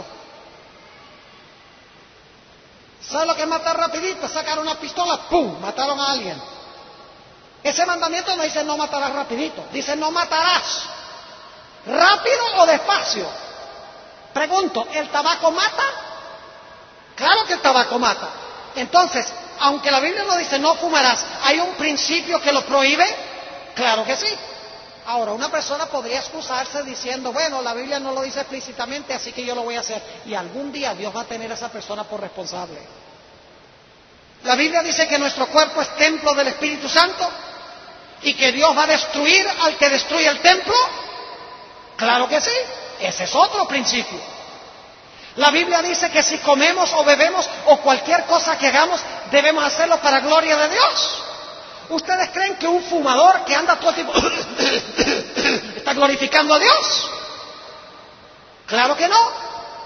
¿Sabe lo que es matar rapidito? Sacar una pistola, ¡pum!, mataron a alguien. Ese mandamiento no dice no matarás rapidito, dice no matarás. ¿Rápido o despacio? Pregunto, ¿el tabaco mata? Claro que el tabaco mata. Entonces, aunque la Biblia no dice no fumarás, ¿hay un principio que lo prohíbe? Claro que sí. Ahora, una persona podría excusarse diciendo: bueno, la Biblia no lo dice explícitamente, así que yo lo voy a hacer. Y algún día Dios va a tener a esa persona por responsable. La Biblia dice que nuestro cuerpo es templo del Espíritu Santo y que Dios va a destruir al que destruye el templo. Claro que sí, ese es otro principio. La Biblia dice que si comemos o bebemos o cualquier cosa que hagamos, debemos hacerlo para gloria de Dios. ¿Ustedes creen que un fumador que anda todo el tiempo está glorificando a Dios? Claro que no.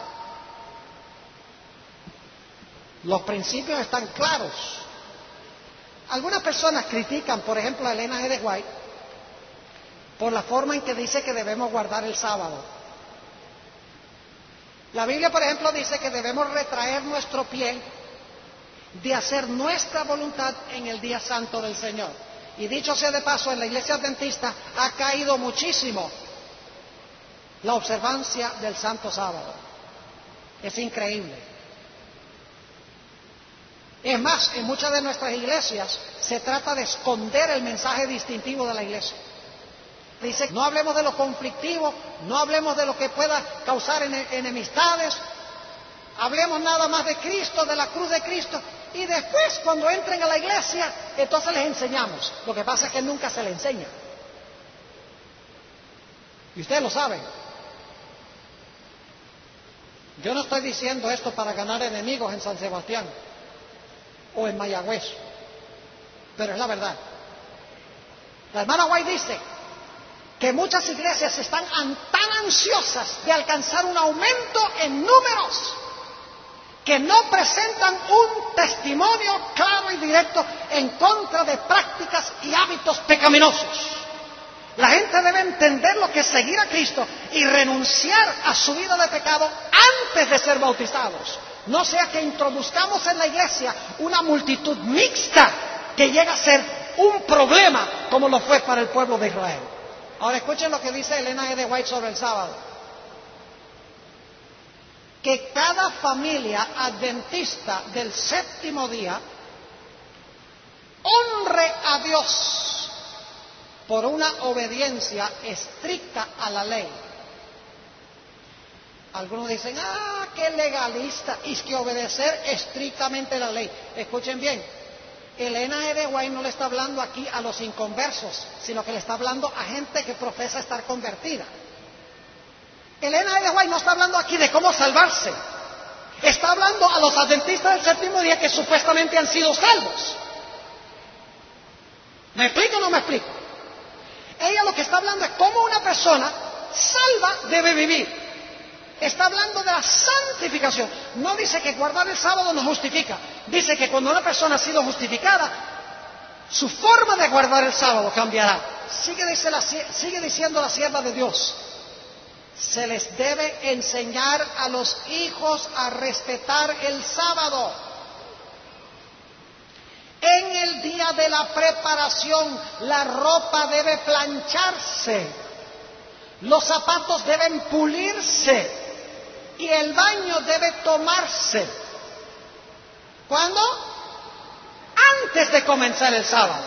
Los principios están claros. Algunas personas critican, por ejemplo, a Elena G. de White por la forma en que dice que debemos guardar el sábado. La Biblia, por ejemplo, dice que debemos retraer nuestro pie de hacer nuestra voluntad en el día santo del Señor. Y dicho sea de paso, en la iglesia adventista ha caído muchísimo la observancia del santo sábado. Es increíble. Es más, en muchas de nuestras iglesias se trata de esconder el mensaje distintivo de la iglesia. Dice: no hablemos de lo conflictivo, no hablemos de lo que pueda causar enemistades, hablemos nada más de Cristo, de la cruz de Cristo. Y después, cuando entren a la iglesia, entonces les enseñamos. Lo que pasa es que nunca se les enseña. Y ustedes lo saben. Yo no estoy diciendo esto para ganar enemigos en San Sebastián o en Mayagüez, pero es la verdad. La hermana White dice que muchas iglesias están tan ansiosas de alcanzar un aumento en números que no presentan un testimonio claro y directo en contra de prácticas y hábitos pecaminosos. La gente debe entender lo que es seguir a Cristo y renunciar a su vida de pecado antes de ser bautizados. No sea que introduzcamos en la iglesia una multitud mixta que llega a ser un problema como lo fue para el pueblo de Israel. Ahora escuchen lo que dice Elena G. de White sobre el sábado. Que cada familia adventista del séptimo día honre a Dios por una obediencia estricta a la ley. Algunos dicen: ah, qué legalista, y es que obedecer estrictamente la ley. Escuchen bien, Elena G. de White no le está hablando aquí a los inconversos, sino que le está hablando a gente que profesa estar convertida. Elena G. de White no está hablando aquí de cómo salvarse. Está hablando a los adventistas del séptimo día que supuestamente han sido salvos. ¿Me explico o no me explico? Ella lo que está hablando es cómo una persona salva debe vivir. Está hablando de la santificación. No dice que guardar el sábado nos justifica. Dice que cuando una persona ha sido justificada, su forma de guardar el sábado cambiará. Sigue, dice la, sigue diciendo la sierva de Dios. Se les debe enseñar a los hijos a respetar el sábado. En el día de la preparación, la ropa debe plancharse, los zapatos deben pulirse y el baño debe tomarse. ¿Cuándo? Antes de comenzar el sábado.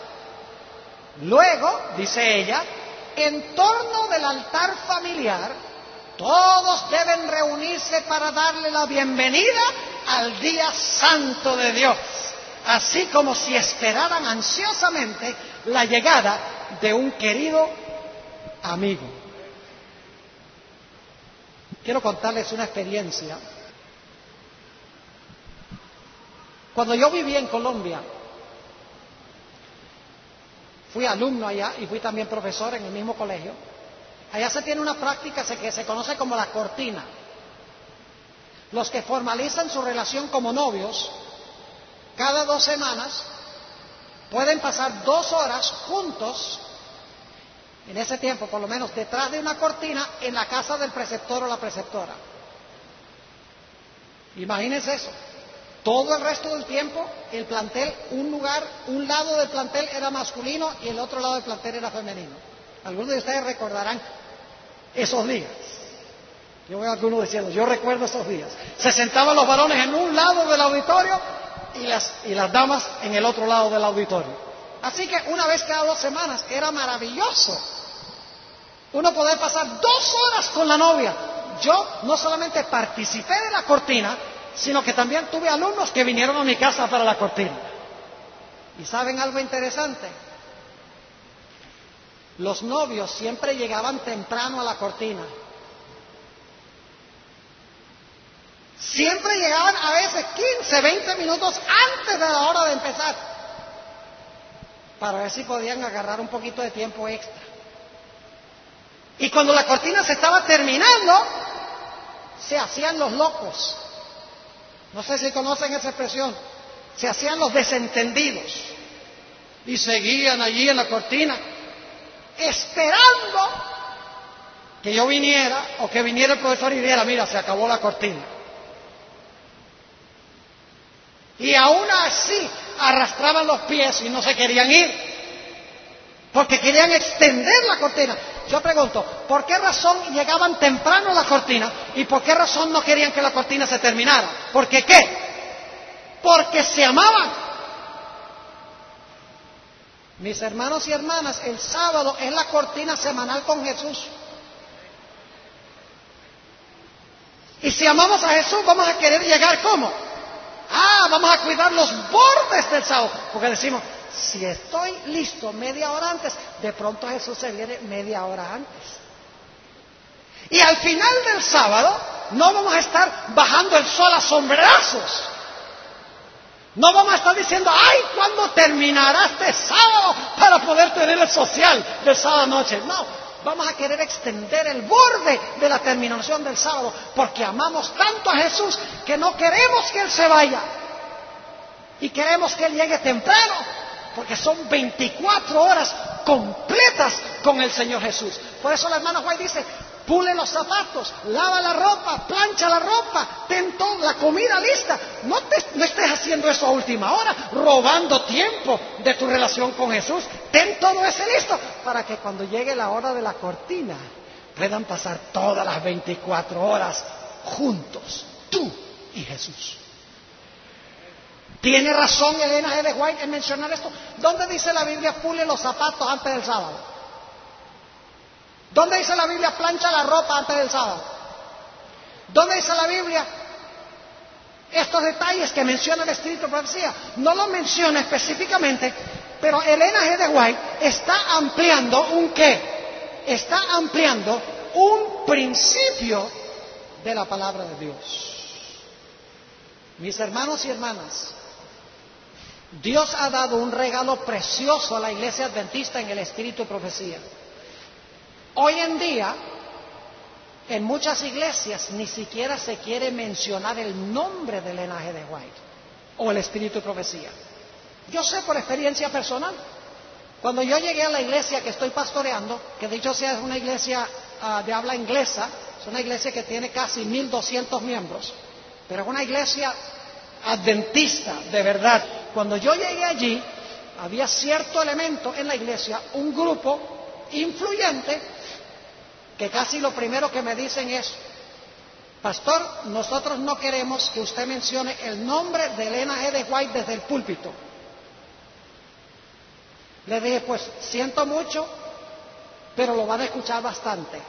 Luego, dice ella, en torno del altar familiar, todos deben reunirse para darle la bienvenida al día santo de Dios, así como si esperaran ansiosamente la llegada de un querido amigo. Quiero contarles una experiencia. Cuando yo vivía en Colombia, fui alumno allá y fui también profesor en el mismo colegio. Allá se tiene una práctica que se conoce como la cortina. Los que formalizan su relación como novios, cada dos semanas, pueden pasar dos horas juntos, en ese tiempo por lo menos, detrás de una cortina en la casa del preceptor o la preceptora. Imagínense eso. Todo el resto del tiempo, el plantel, un lugar, un lado del plantel era masculino y el otro lado del plantel era femenino. Algunos de ustedes recordarán esos días. Yo veo a algunos diciendo, yo recuerdo esos días. Se sentaban los varones en un lado del auditorio y las, y las damas en el otro lado del auditorio. Así que una vez cada dos semanas era maravilloso uno poder pasar dos horas con la novia. Yo no solamente participé de la cortina, sino que también tuve alumnos que vinieron a mi casa para la cortina. ¿Y saben algo interesante? Los novios siempre llegaban temprano a la cortina. Siempre llegaban a veces quince, veinte minutos antes de la hora de empezar, para ver si podían agarrar un poquito de tiempo extra. Y cuando la cortina se estaba terminando, se hacían los locos. No sé si conocen esa expresión. Se hacían los desentendidos y seguían allí en la cortina esperando que yo viniera o que viniera el profesor y dijera, mira, se acabó la cortina. Y aún así arrastraban los pies y no se querían ir, porque querían extender la cortina. Yo pregunto, ¿por qué razón llegaban temprano a la cortina y por qué razón no querían que la cortina se terminara? ¿Por qué qué? Porque se amaban. Mis hermanos y hermanas, el sábado es la cortina semanal con Jesús. Y si amamos a Jesús, vamos a querer llegar ¿cómo? Ah, vamos a cuidar los bordes del sábado. Porque decimos, si estoy listo media hora antes, de pronto Jesús se viene media hora antes. Y al final del sábado, no vamos a estar bajando el sol a sombrerazos. No vamos a estar diciendo, ay, ¿cuándo terminará este sábado para poder tener el social del sábado noche? No, vamos a querer extender el borde de la terminación del sábado, porque amamos tanto a Jesús que no queremos que Él se vaya. Y queremos que Él llegue temprano, porque son veinticuatro horas completas con el Señor Jesús. Por eso la hermana White dice, pule los zapatos, lava la ropa, plancha la ropa, ten toda la comida lista. No, te, no estés haciendo eso a última hora, robando tiempo de tu relación con Jesús. Ten todo ese listo para que cuando llegue la hora de la cortina puedan pasar todas las veinticuatro horas juntos, tú y Jesús. ¿Tiene razón Elena G. de White en mencionar esto? ¿Dónde dice la Biblia pule los zapatos antes del sábado? ¿Dónde dice la Biblia plancha la ropa antes del sábado? ¿Dónde dice la Biblia estos detalles que menciona el Espíritu de Profecía? No lo menciona específicamente, pero Elena G. de White está ampliando un qué? Está ampliando un principio de la palabra de Dios. Mis hermanos y hermanas, Dios ha dado un regalo precioso a la iglesia adventista en el espíritu de profecía. Hoy en día, en muchas iglesias ni siquiera se quiere mencionar el nombre del Elena G. de White o el espíritu de profecía. Yo sé por experiencia personal. Cuando yo llegué a la iglesia que estoy pastoreando, que dicho sea es una iglesia uh, de habla inglesa, es una iglesia que tiene casi mil doscientos miembros, pero es una iglesia adventista de verdad. Cuando yo llegué allí, había cierto elemento en la iglesia, un grupo influyente, que casi lo primero que me dicen es: pastor, nosotros no queremos que usted mencione el nombre de Elena G. de White desde el púlpito. Le dije, pues siento mucho, pero lo van a escuchar bastante.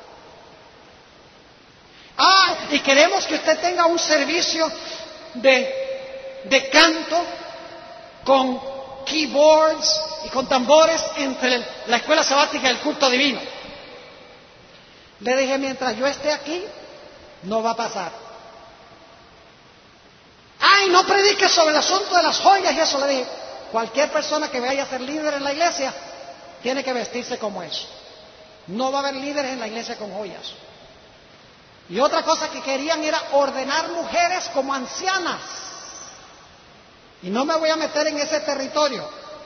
Ah, y queremos que usted tenga un servicio de, de canto con keyboards y con tambores entre la escuela sabática y el culto divino. Le dije, mientras yo esté aquí, no va a pasar. Ay, no predique sobre el asunto de las joyas y eso. Le dije, cualquier persona que vaya a ser líder en la iglesia tiene que vestirse como eso. No va a haber líderes en la iglesia con joyas. Y otra cosa que querían era ordenar mujeres como ancianas. Y no me voy a meter en ese territorio.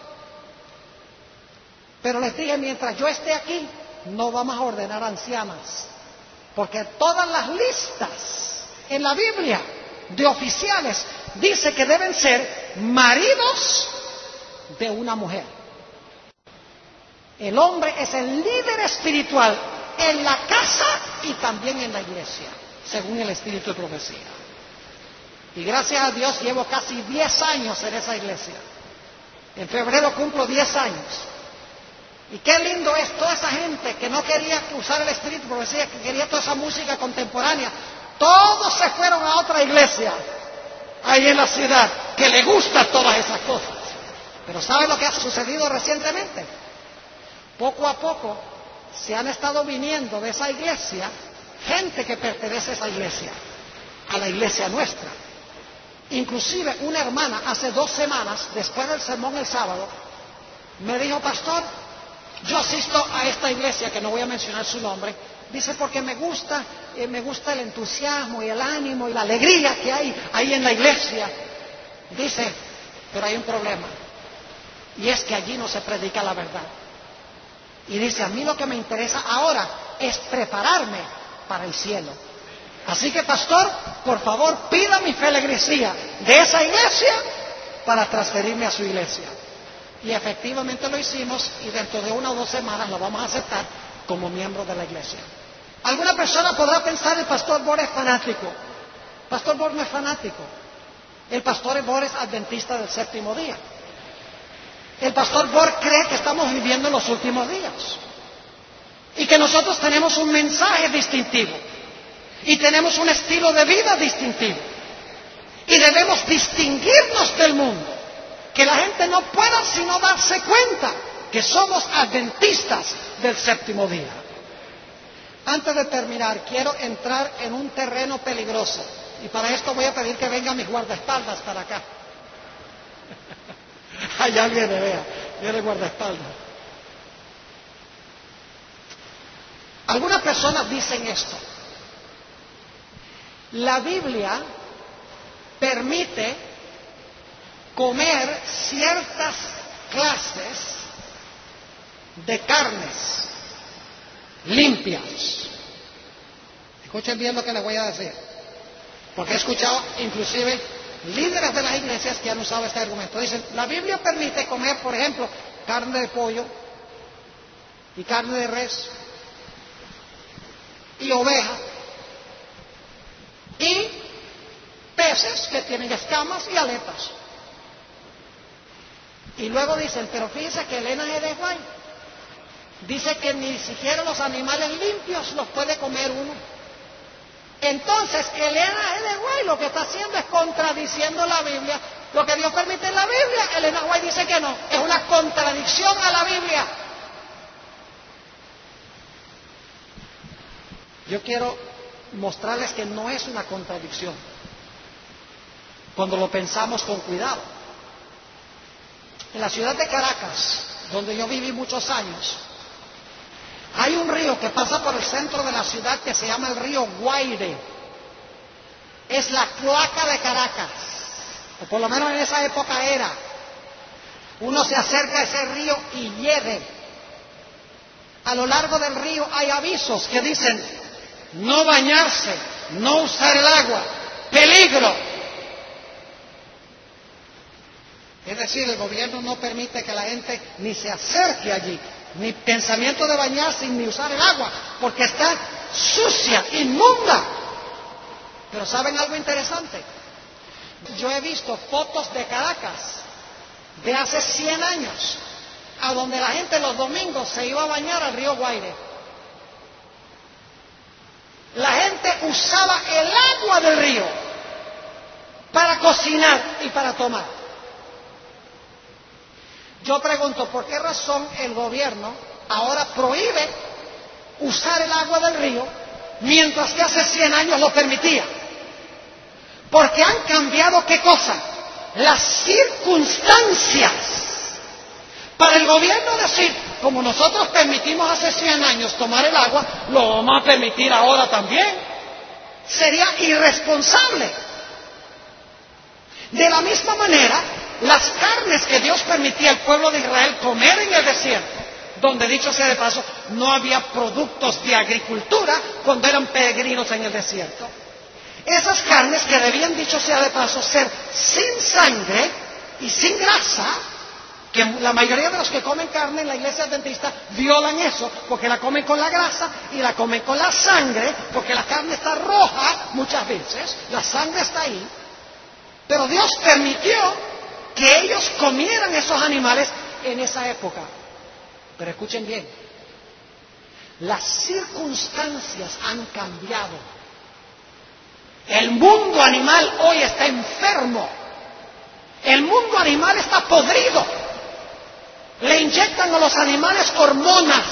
Pero les dije, mientras yo esté aquí, no vamos a ordenar ancianas. Porque todas las listas en la Biblia de oficiales dice que deben ser maridos de una mujer. El hombre es el líder espiritual en la casa y también en la iglesia, según el espíritu de profecía. Y gracias a Dios llevo casi diez años en esa iglesia. En febrero cumplo diez años. Y qué lindo es toda esa gente que no quería usar el espíritu de profecía, que quería toda esa música contemporánea. Todos se fueron a otra iglesia ahí en la ciudad que le gustan todas esas cosas. Pero ¿sabe lo que ha sucedido recientemente? Poco a poco se han estado viniendo de esa iglesia gente que pertenece a esa iglesia, a la iglesia nuestra. Inclusive una hermana hace dos semanas, después del sermón el sábado, me dijo, pastor, yo asisto a esta iglesia, que no voy a mencionar su nombre, dice, porque me gusta, eh, me gusta el entusiasmo y el ánimo y la alegría que hay ahí en la iglesia. Dice, pero hay un problema, y es que allí no se predica la verdad. Y dice, a mí lo que me interesa ahora es prepararme para el cielo. Así que, pastor, por favor, pida mi feligresía de esa iglesia para transferirme a su iglesia. Y efectivamente lo hicimos, y dentro de una o dos semanas lo vamos a aceptar como miembro de la iglesia. Alguna persona podrá pensar, el pastor Bor es fanático. Pastor Bor no es fanático. El pastor Bor es adventista del séptimo día. El pastor Bor cree que estamos viviendo en los últimos días y que nosotros tenemos un mensaje distintivo y tenemos un estilo de vida distintivo y debemos distinguirnos del mundo, que la gente no pueda sino darse cuenta que somos adventistas del séptimo día. Antes de terminar, quiero entrar en un terreno peligroso y para esto voy a pedir que vengan mis guardaespaldas para acá. Allá viene, vea, viene el guardaespaldas. Algunas personas dicen esto: la Biblia permite comer ciertas clases de carnes limpias. Escuchen bien lo que les voy a decir, porque he escuchado inclusive líderes de las iglesias que han usado este argumento. Dicen, la Biblia permite comer, por ejemplo, carne de pollo y carne de res y oveja y peces que tienen escamas y aletas. Y luego dicen, pero fíjense que Elena G. de White dice que ni siquiera los animales limpios los puede comer uno. Entonces, Elena G. de White lo que está haciendo es contradiciendo la Biblia. Lo que Dios permite en la Biblia, Elena White dice que no. Es una contradicción a la Biblia. Yo quiero mostrarles que no es una contradicción. cuando lo pensamos con cuidado. En la ciudad de Caracas, donde yo viví muchos años, hay un río que pasa por el centro de la ciudad que se llama el río Guaire. Es la cloaca de Caracas, o por lo menos en esa época era. Uno se acerca a ese río y hiede. A lo largo del río hay avisos que dicen: no bañarse, no usar el agua, peligro. Es decir, el gobierno no permite que la gente ni se acerque allí, ni pensamiento de bañarse ni usar el agua, porque está sucia, inmunda. Pero ¿saben algo interesante? Yo he visto fotos de Caracas de hace cien años, a donde la gente los domingos se iba a bañar al río Guaire. La gente usaba el agua del río para cocinar y para tomar. Yo pregunto, ¿por qué razón el gobierno ahora prohíbe usar el agua del río mientras que hace cien años lo permitía? Porque han cambiado, ¿qué cosa? Las circunstancias. Para el gobierno decir, como nosotros permitimos hace cien años tomar el agua, lo vamos a permitir ahora también, sería irresponsable. De la misma manera, las carnes que Dios permitía al pueblo de Israel comer en el desierto, donde, dicho sea de paso, no había productos de agricultura cuando eran peregrinos en el desierto. Esas carnes que debían, dicho sea de paso, ser sin sangre y sin grasa, que la mayoría de los que comen carne en la iglesia adventista violan eso, porque la comen con la grasa y la comen con la sangre, porque la carne está roja muchas veces, la sangre está ahí. Pero Dios permitió que ellos comieran esos animales en esa época. Pero escuchen bien, las circunstancias han cambiado. El mundo animal hoy está enfermo. El mundo animal está podrido. Le inyectan a los animales hormonas.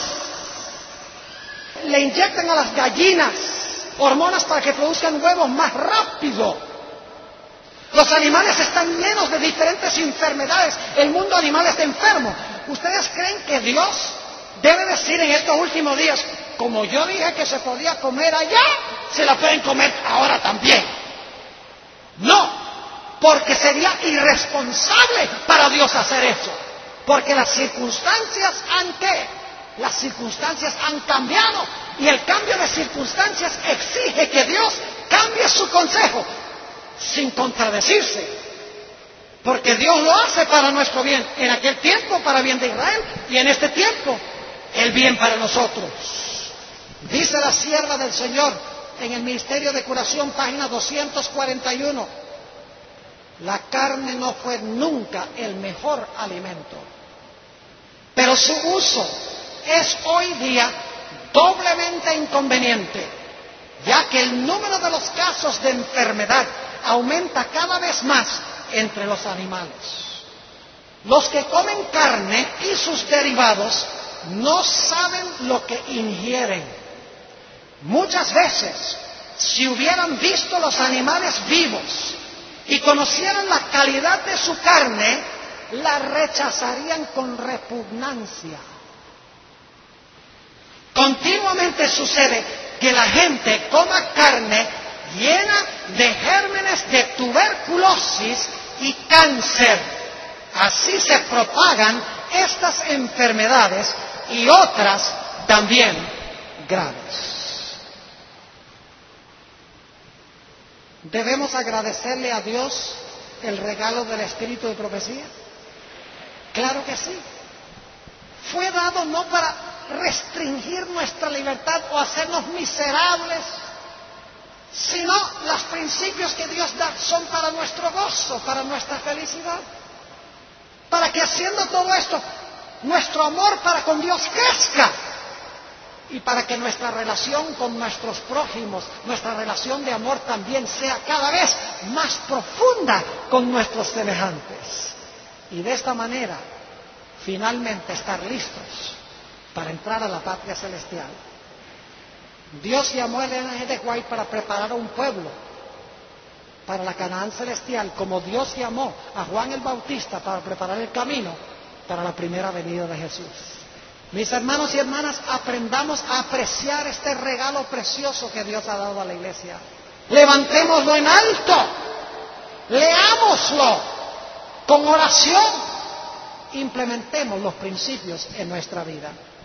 Le inyectan a las gallinas hormonas para que produzcan huevos más rápido. Los animales están llenos de diferentes enfermedades. El mundo animal está enfermo. ¿Ustedes creen que Dios debe decir en estos últimos días, como yo dije que se podía comer allá, se la pueden comer ahora también? No, porque sería irresponsable para Dios hacer eso. Porque las circunstancias han ¿qué? Las circunstancias han cambiado. Y el cambio de circunstancias exige que Dios cambie su consejo, sin contradecirse, porque Dios lo hace para nuestro bien, en aquel tiempo para bien de Israel y en este tiempo el bien para nosotros. Dice la sierva del Señor en el Ministerio de Curación, página doscientos cuarenta y uno: la carne no fue nunca el mejor alimento, pero su uso es hoy día doblemente inconveniente, ya que el número de los casos de enfermedad aumenta cada vez más entre los animales. Los que comen carne y sus derivados no saben lo que ingieren. Muchas veces, si hubieran visto los animales vivos y conocieran la calidad de su carne, la rechazarían con repugnancia. Continuamente sucede que la gente coma carne llena de gérmenes de tuberculosis y cáncer. Así se propagan estas enfermedades y otras también graves. ¿Debemos agradecerle a Dios el regalo del espíritu de profecía? Claro que sí. Fue dado no para restringir nuestra libertad o hacernos miserables, sino los principios que Dios da son para nuestro gozo, para nuestra felicidad, para que haciendo todo esto nuestro amor para con Dios crezca y para que nuestra relación con nuestros prójimos, nuestra relación de amor también sea cada vez más profunda con nuestros semejantes, y de esta manera finalmente estar listos para entrar a la patria celestial. Dios llamó a Elena G. de White para preparar a un pueblo para la Canaán celestial, como Dios llamó a Juan el Bautista para preparar el camino para la primera venida de Jesús. Mis hermanos y hermanas, aprendamos a apreciar este regalo precioso que Dios ha dado a la iglesia. Levantémoslo en alto, leámoslo con oración, implementemos los principios en nuestra vida.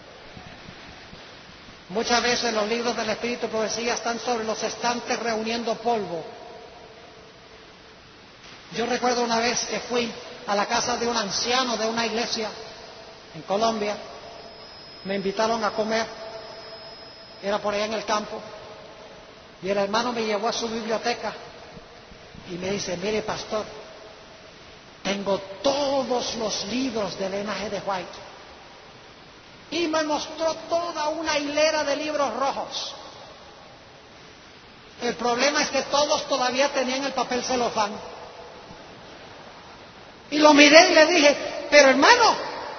Muchas veces los libros del Espíritu y Profecía están sobre los estantes reuniendo polvo. Yo recuerdo una vez que fui a la casa de un anciano de una iglesia en Colombia. Me invitaron a comer, era por allá en el campo, y el hermano me llevó a su biblioteca y me dice: mire, pastor, tengo todos los libros del Ellen G. White. Y me mostró toda una hilera de libros rojos. El problema es que todos todavía tenían el papel celofán. Y lo miré y le dije: pero hermano,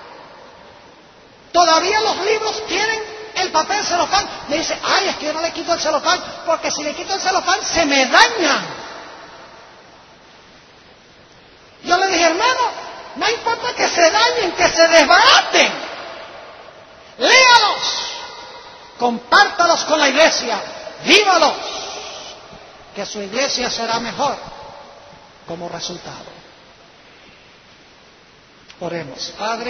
todavía los libros tienen el papel celofán. Me dice: ay, es que yo no le quito el celofán, porque si le quito el celofán se me dañan. Yo le dije: hermano, no importa que se dañen, que se desbaraten, léalos, compártalos con la iglesia, vívalos, que su iglesia será mejor como resultado. Oremos. Padre,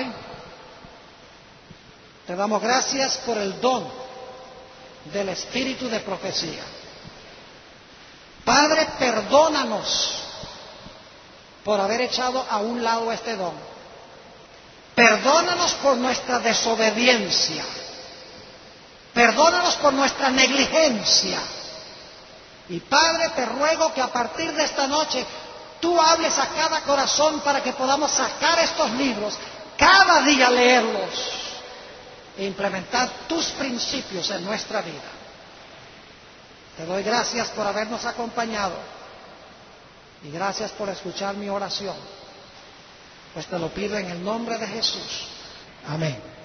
te damos gracias por el don del espíritu de profecía. Padre, perdónanos por haber echado a un lado este don. Perdónanos por nuestra desobediencia. Perdónanos por nuestra negligencia. Y Padre, te ruego que a partir de esta noche tú hables a cada corazón para que podamos sacar estos libros, cada día leerlos e implementar tus principios en nuestra vida. Te doy gracias por habernos acompañado y gracias por escuchar mi oración, pues te lo pido en el nombre de Jesús. Amén.